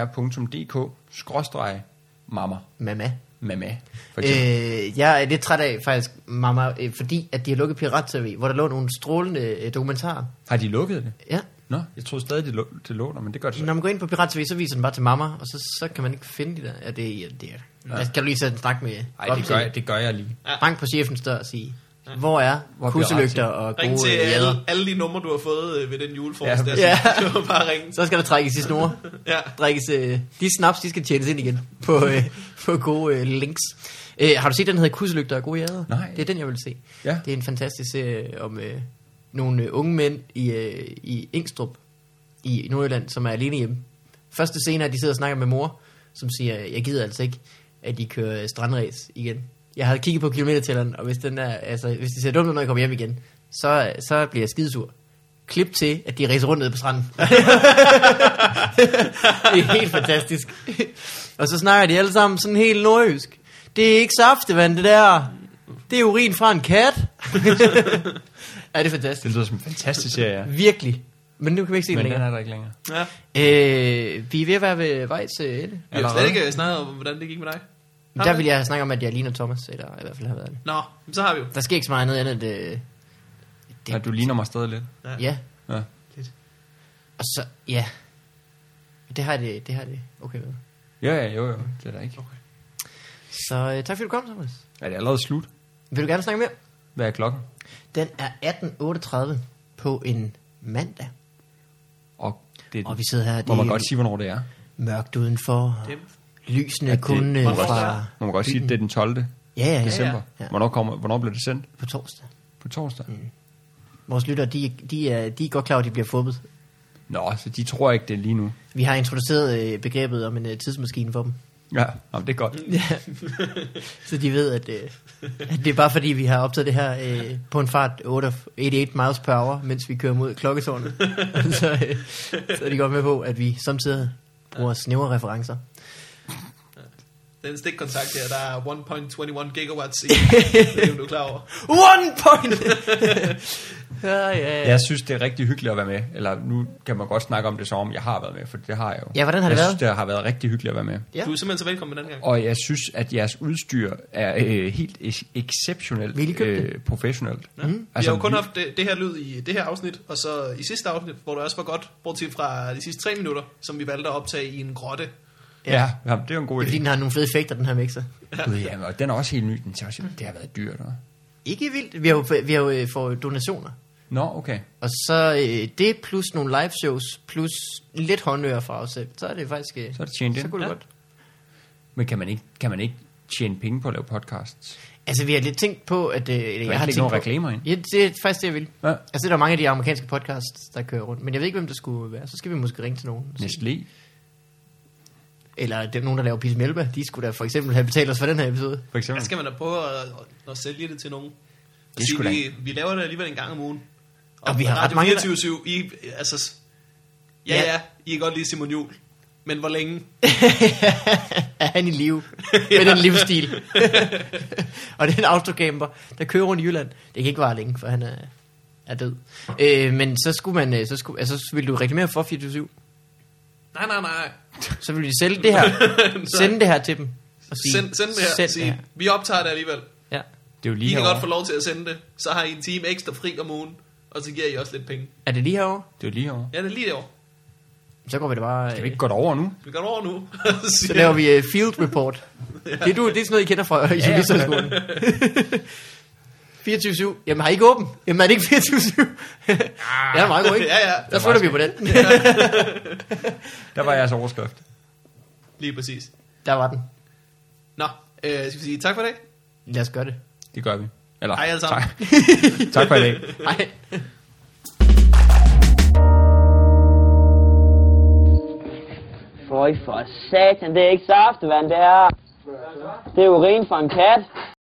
dr.dk/mamma. Mamma. Mamma, for eksempel. Jeg er lidt træt af faktisk Mamma, fordi at de har lukket Pirat TV, hvor der lå nogle strålende dokumentarer. Har de lukket det? Ja. Nå, jeg troede stadig, det lå der, men det gør det så. Når man går ind på Pirat TV, så viser den bare til Mamma, og så kan man ikke finde de der. Ja, det er. Ja. Kan du lige sætte en snak med... Nej, det gør jeg lige. Bank på chefens dør og sige, hvor er kusselygter og Ring gode til jader? alle de numre, du har fået ved den julefrokost. Ja. Ja. Du må bare ringe. Så skal der trækkes i snore. Ja. De snaps, de skal tjenes ind igen på gode links. Har du set den, der hedder Kusselygter og gode jader? Nej. Det er den, jeg vil se. Ja. Det er en fantastisk serie om nogle unge mænd i Ingstrup i Nordjylland, som er alene hjemme. Første scene er, at de sidder og snakker med mor, som siger, jeg gider altså ikke, at de kører strandræs igen. Jeg har kigget på kilometertælleren, og hvis det ser dumt ud, når jeg kommer hjem igen, så bliver jeg skidesur. Klip til, at de ræser rundt ned på stranden. Det er helt fantastisk. Og så snakker de alle sammen sådan helt nordjysk. Det er ikke saftevand, det der. Det er urin fra en kat. Ja, det er fantastisk. Det lyder som en fantastisk serie, ja. Virkelig. Men nu kan vi ikke se det Men den længere. er der ikke længere. Ja. Vi er ved at være ved vejs ende. Vi har slet ikke snakket om, hvordan det gik med dig. Der vil jeg snakke om, at jeg ligner Thomas, eller i hvert fald har været det. Nå, så har vi jo. Der sker ikke så meget andet end at... Ja, du ligner mig stadig lidt. Ja. Ja. Og så, ja. Det har det okay med. Ja, jo. Det er der ikke. Okay. Så tak fordi du kom, Thomas. Er det allerede slut? Vil du gerne snakke mere? Hvad er klokken? Den er 18:38 på en mandag. Og vi sidder her, må man godt sige, hvornår det er? Mørkt udenfor. Det- Lysene kun fra... Må man godt sige, at det er den 12. Ja. december. Ja. Hvornår bliver det sendt? På torsdag. På torsdag? Vores lyttere, de er godt klar, at de bliver fubbet. Nå, så de tror ikke, det er lige nu. Vi har introduceret begrebet om en tidsmaskine for dem. Ja, det er godt. Ja. Så de ved, at det er bare fordi, vi har optaget det her på en fart 88 miles per hour, mens vi kører mod klokketårnet. så er de godt med på, at vi samtidig bruger snævre referencer. Den stikkontakt her, der er 1.21 gigawatts i. Det er du klar over. 1 point! ja. Jeg synes, det er rigtig hyggeligt at være med. Eller nu kan man godt snakke om det, som om jeg har været med, for det har jeg jo. Ja, hvordan har det været? Jeg synes, det har været rigtig hyggeligt at være med. Ja. Du er simpelthen så velkommen den gang. Og jeg synes, at jeres udstyr er helt exceptionelt professionelt. Ja. Vi har jo kun haft det her lyd i det her afsnit, og så i sidste afsnit, hvor det også var godt, bortset fra de sidste 3 minutter, som vi valgte at optage i en grotte. Ja, det er jo en god Det er idé. fordi, den har nogle fede effekter, den her mixer. Gud, ja, og den er også helt ny. Det har været dyrt. Ikke vildt. Vi har jo fået donationer. Nå, okay. Og så det plus nogle live shows, plus lidt håndører fra os selv. Så er det faktisk... Så er det tjent ind. Så kunne det godt. Men kan man ikke tjene penge på at lave podcasts? Altså, vi har lidt tænkt på, at... jeg har ikke nogen reklamer ind. Ja, det er faktisk det, jeg vil. Ja. Altså, det er der mange af de amerikanske podcasts, der kører rundt. Men jeg ved ikke, hvem det skulle være. Så skal vi måske ringe til nogen. Nestlé. Eller det er nogen, der laver Peach Melba. De skulle da for eksempel have betalt os for den her episode. For eksempel. Der skal man da prøve at sælge det til nogen. Det skulle vi laver det alligevel en gang om ugen. Og vi har ret mange... 24/7, altså... Ja, I kan godt lide Simon Juhl. Men hvor længe? Er han i live med den livsstil? Og den autocamper, der kører rundt i Jylland. Det kan ikke vare længe, for han er død. Men så skulle man... så ville du reklamere for 24/7. Nej. Så vil de sælge det her. Sende det her til dem. Og sige, send det her. Sige, vi optager det alligevel. Ja. Det er jo lige I kan herovre. godt få lov til at sende det. Så har I en time ekstra fri om ugen. Og så giver I også lidt penge. Er det lige herovre? Det er jo lige herovre. Ja, det er lige derovre. Så går vi det bare... Skal vi ikke gå over nu? Vi går over nu. Så laver vi field report. Det er sådan noget, I kender fra journalisterskolen. 24/7. Jamen, har I ikke åben? Jamen, er det ikke 24/7? Det er meget godt, ikke? Ja. Der slutter vi på den. Der var jeres overskrift. Lige præcis. Der var den. Nå, skal vi sige tak for i dag? Lad os gøre det. Det gør vi. Eller, Hej alle sammen. Tak for i dag. Hej. Føj for satan, det er ikke saftevand, det er. Det er urin fra en kat.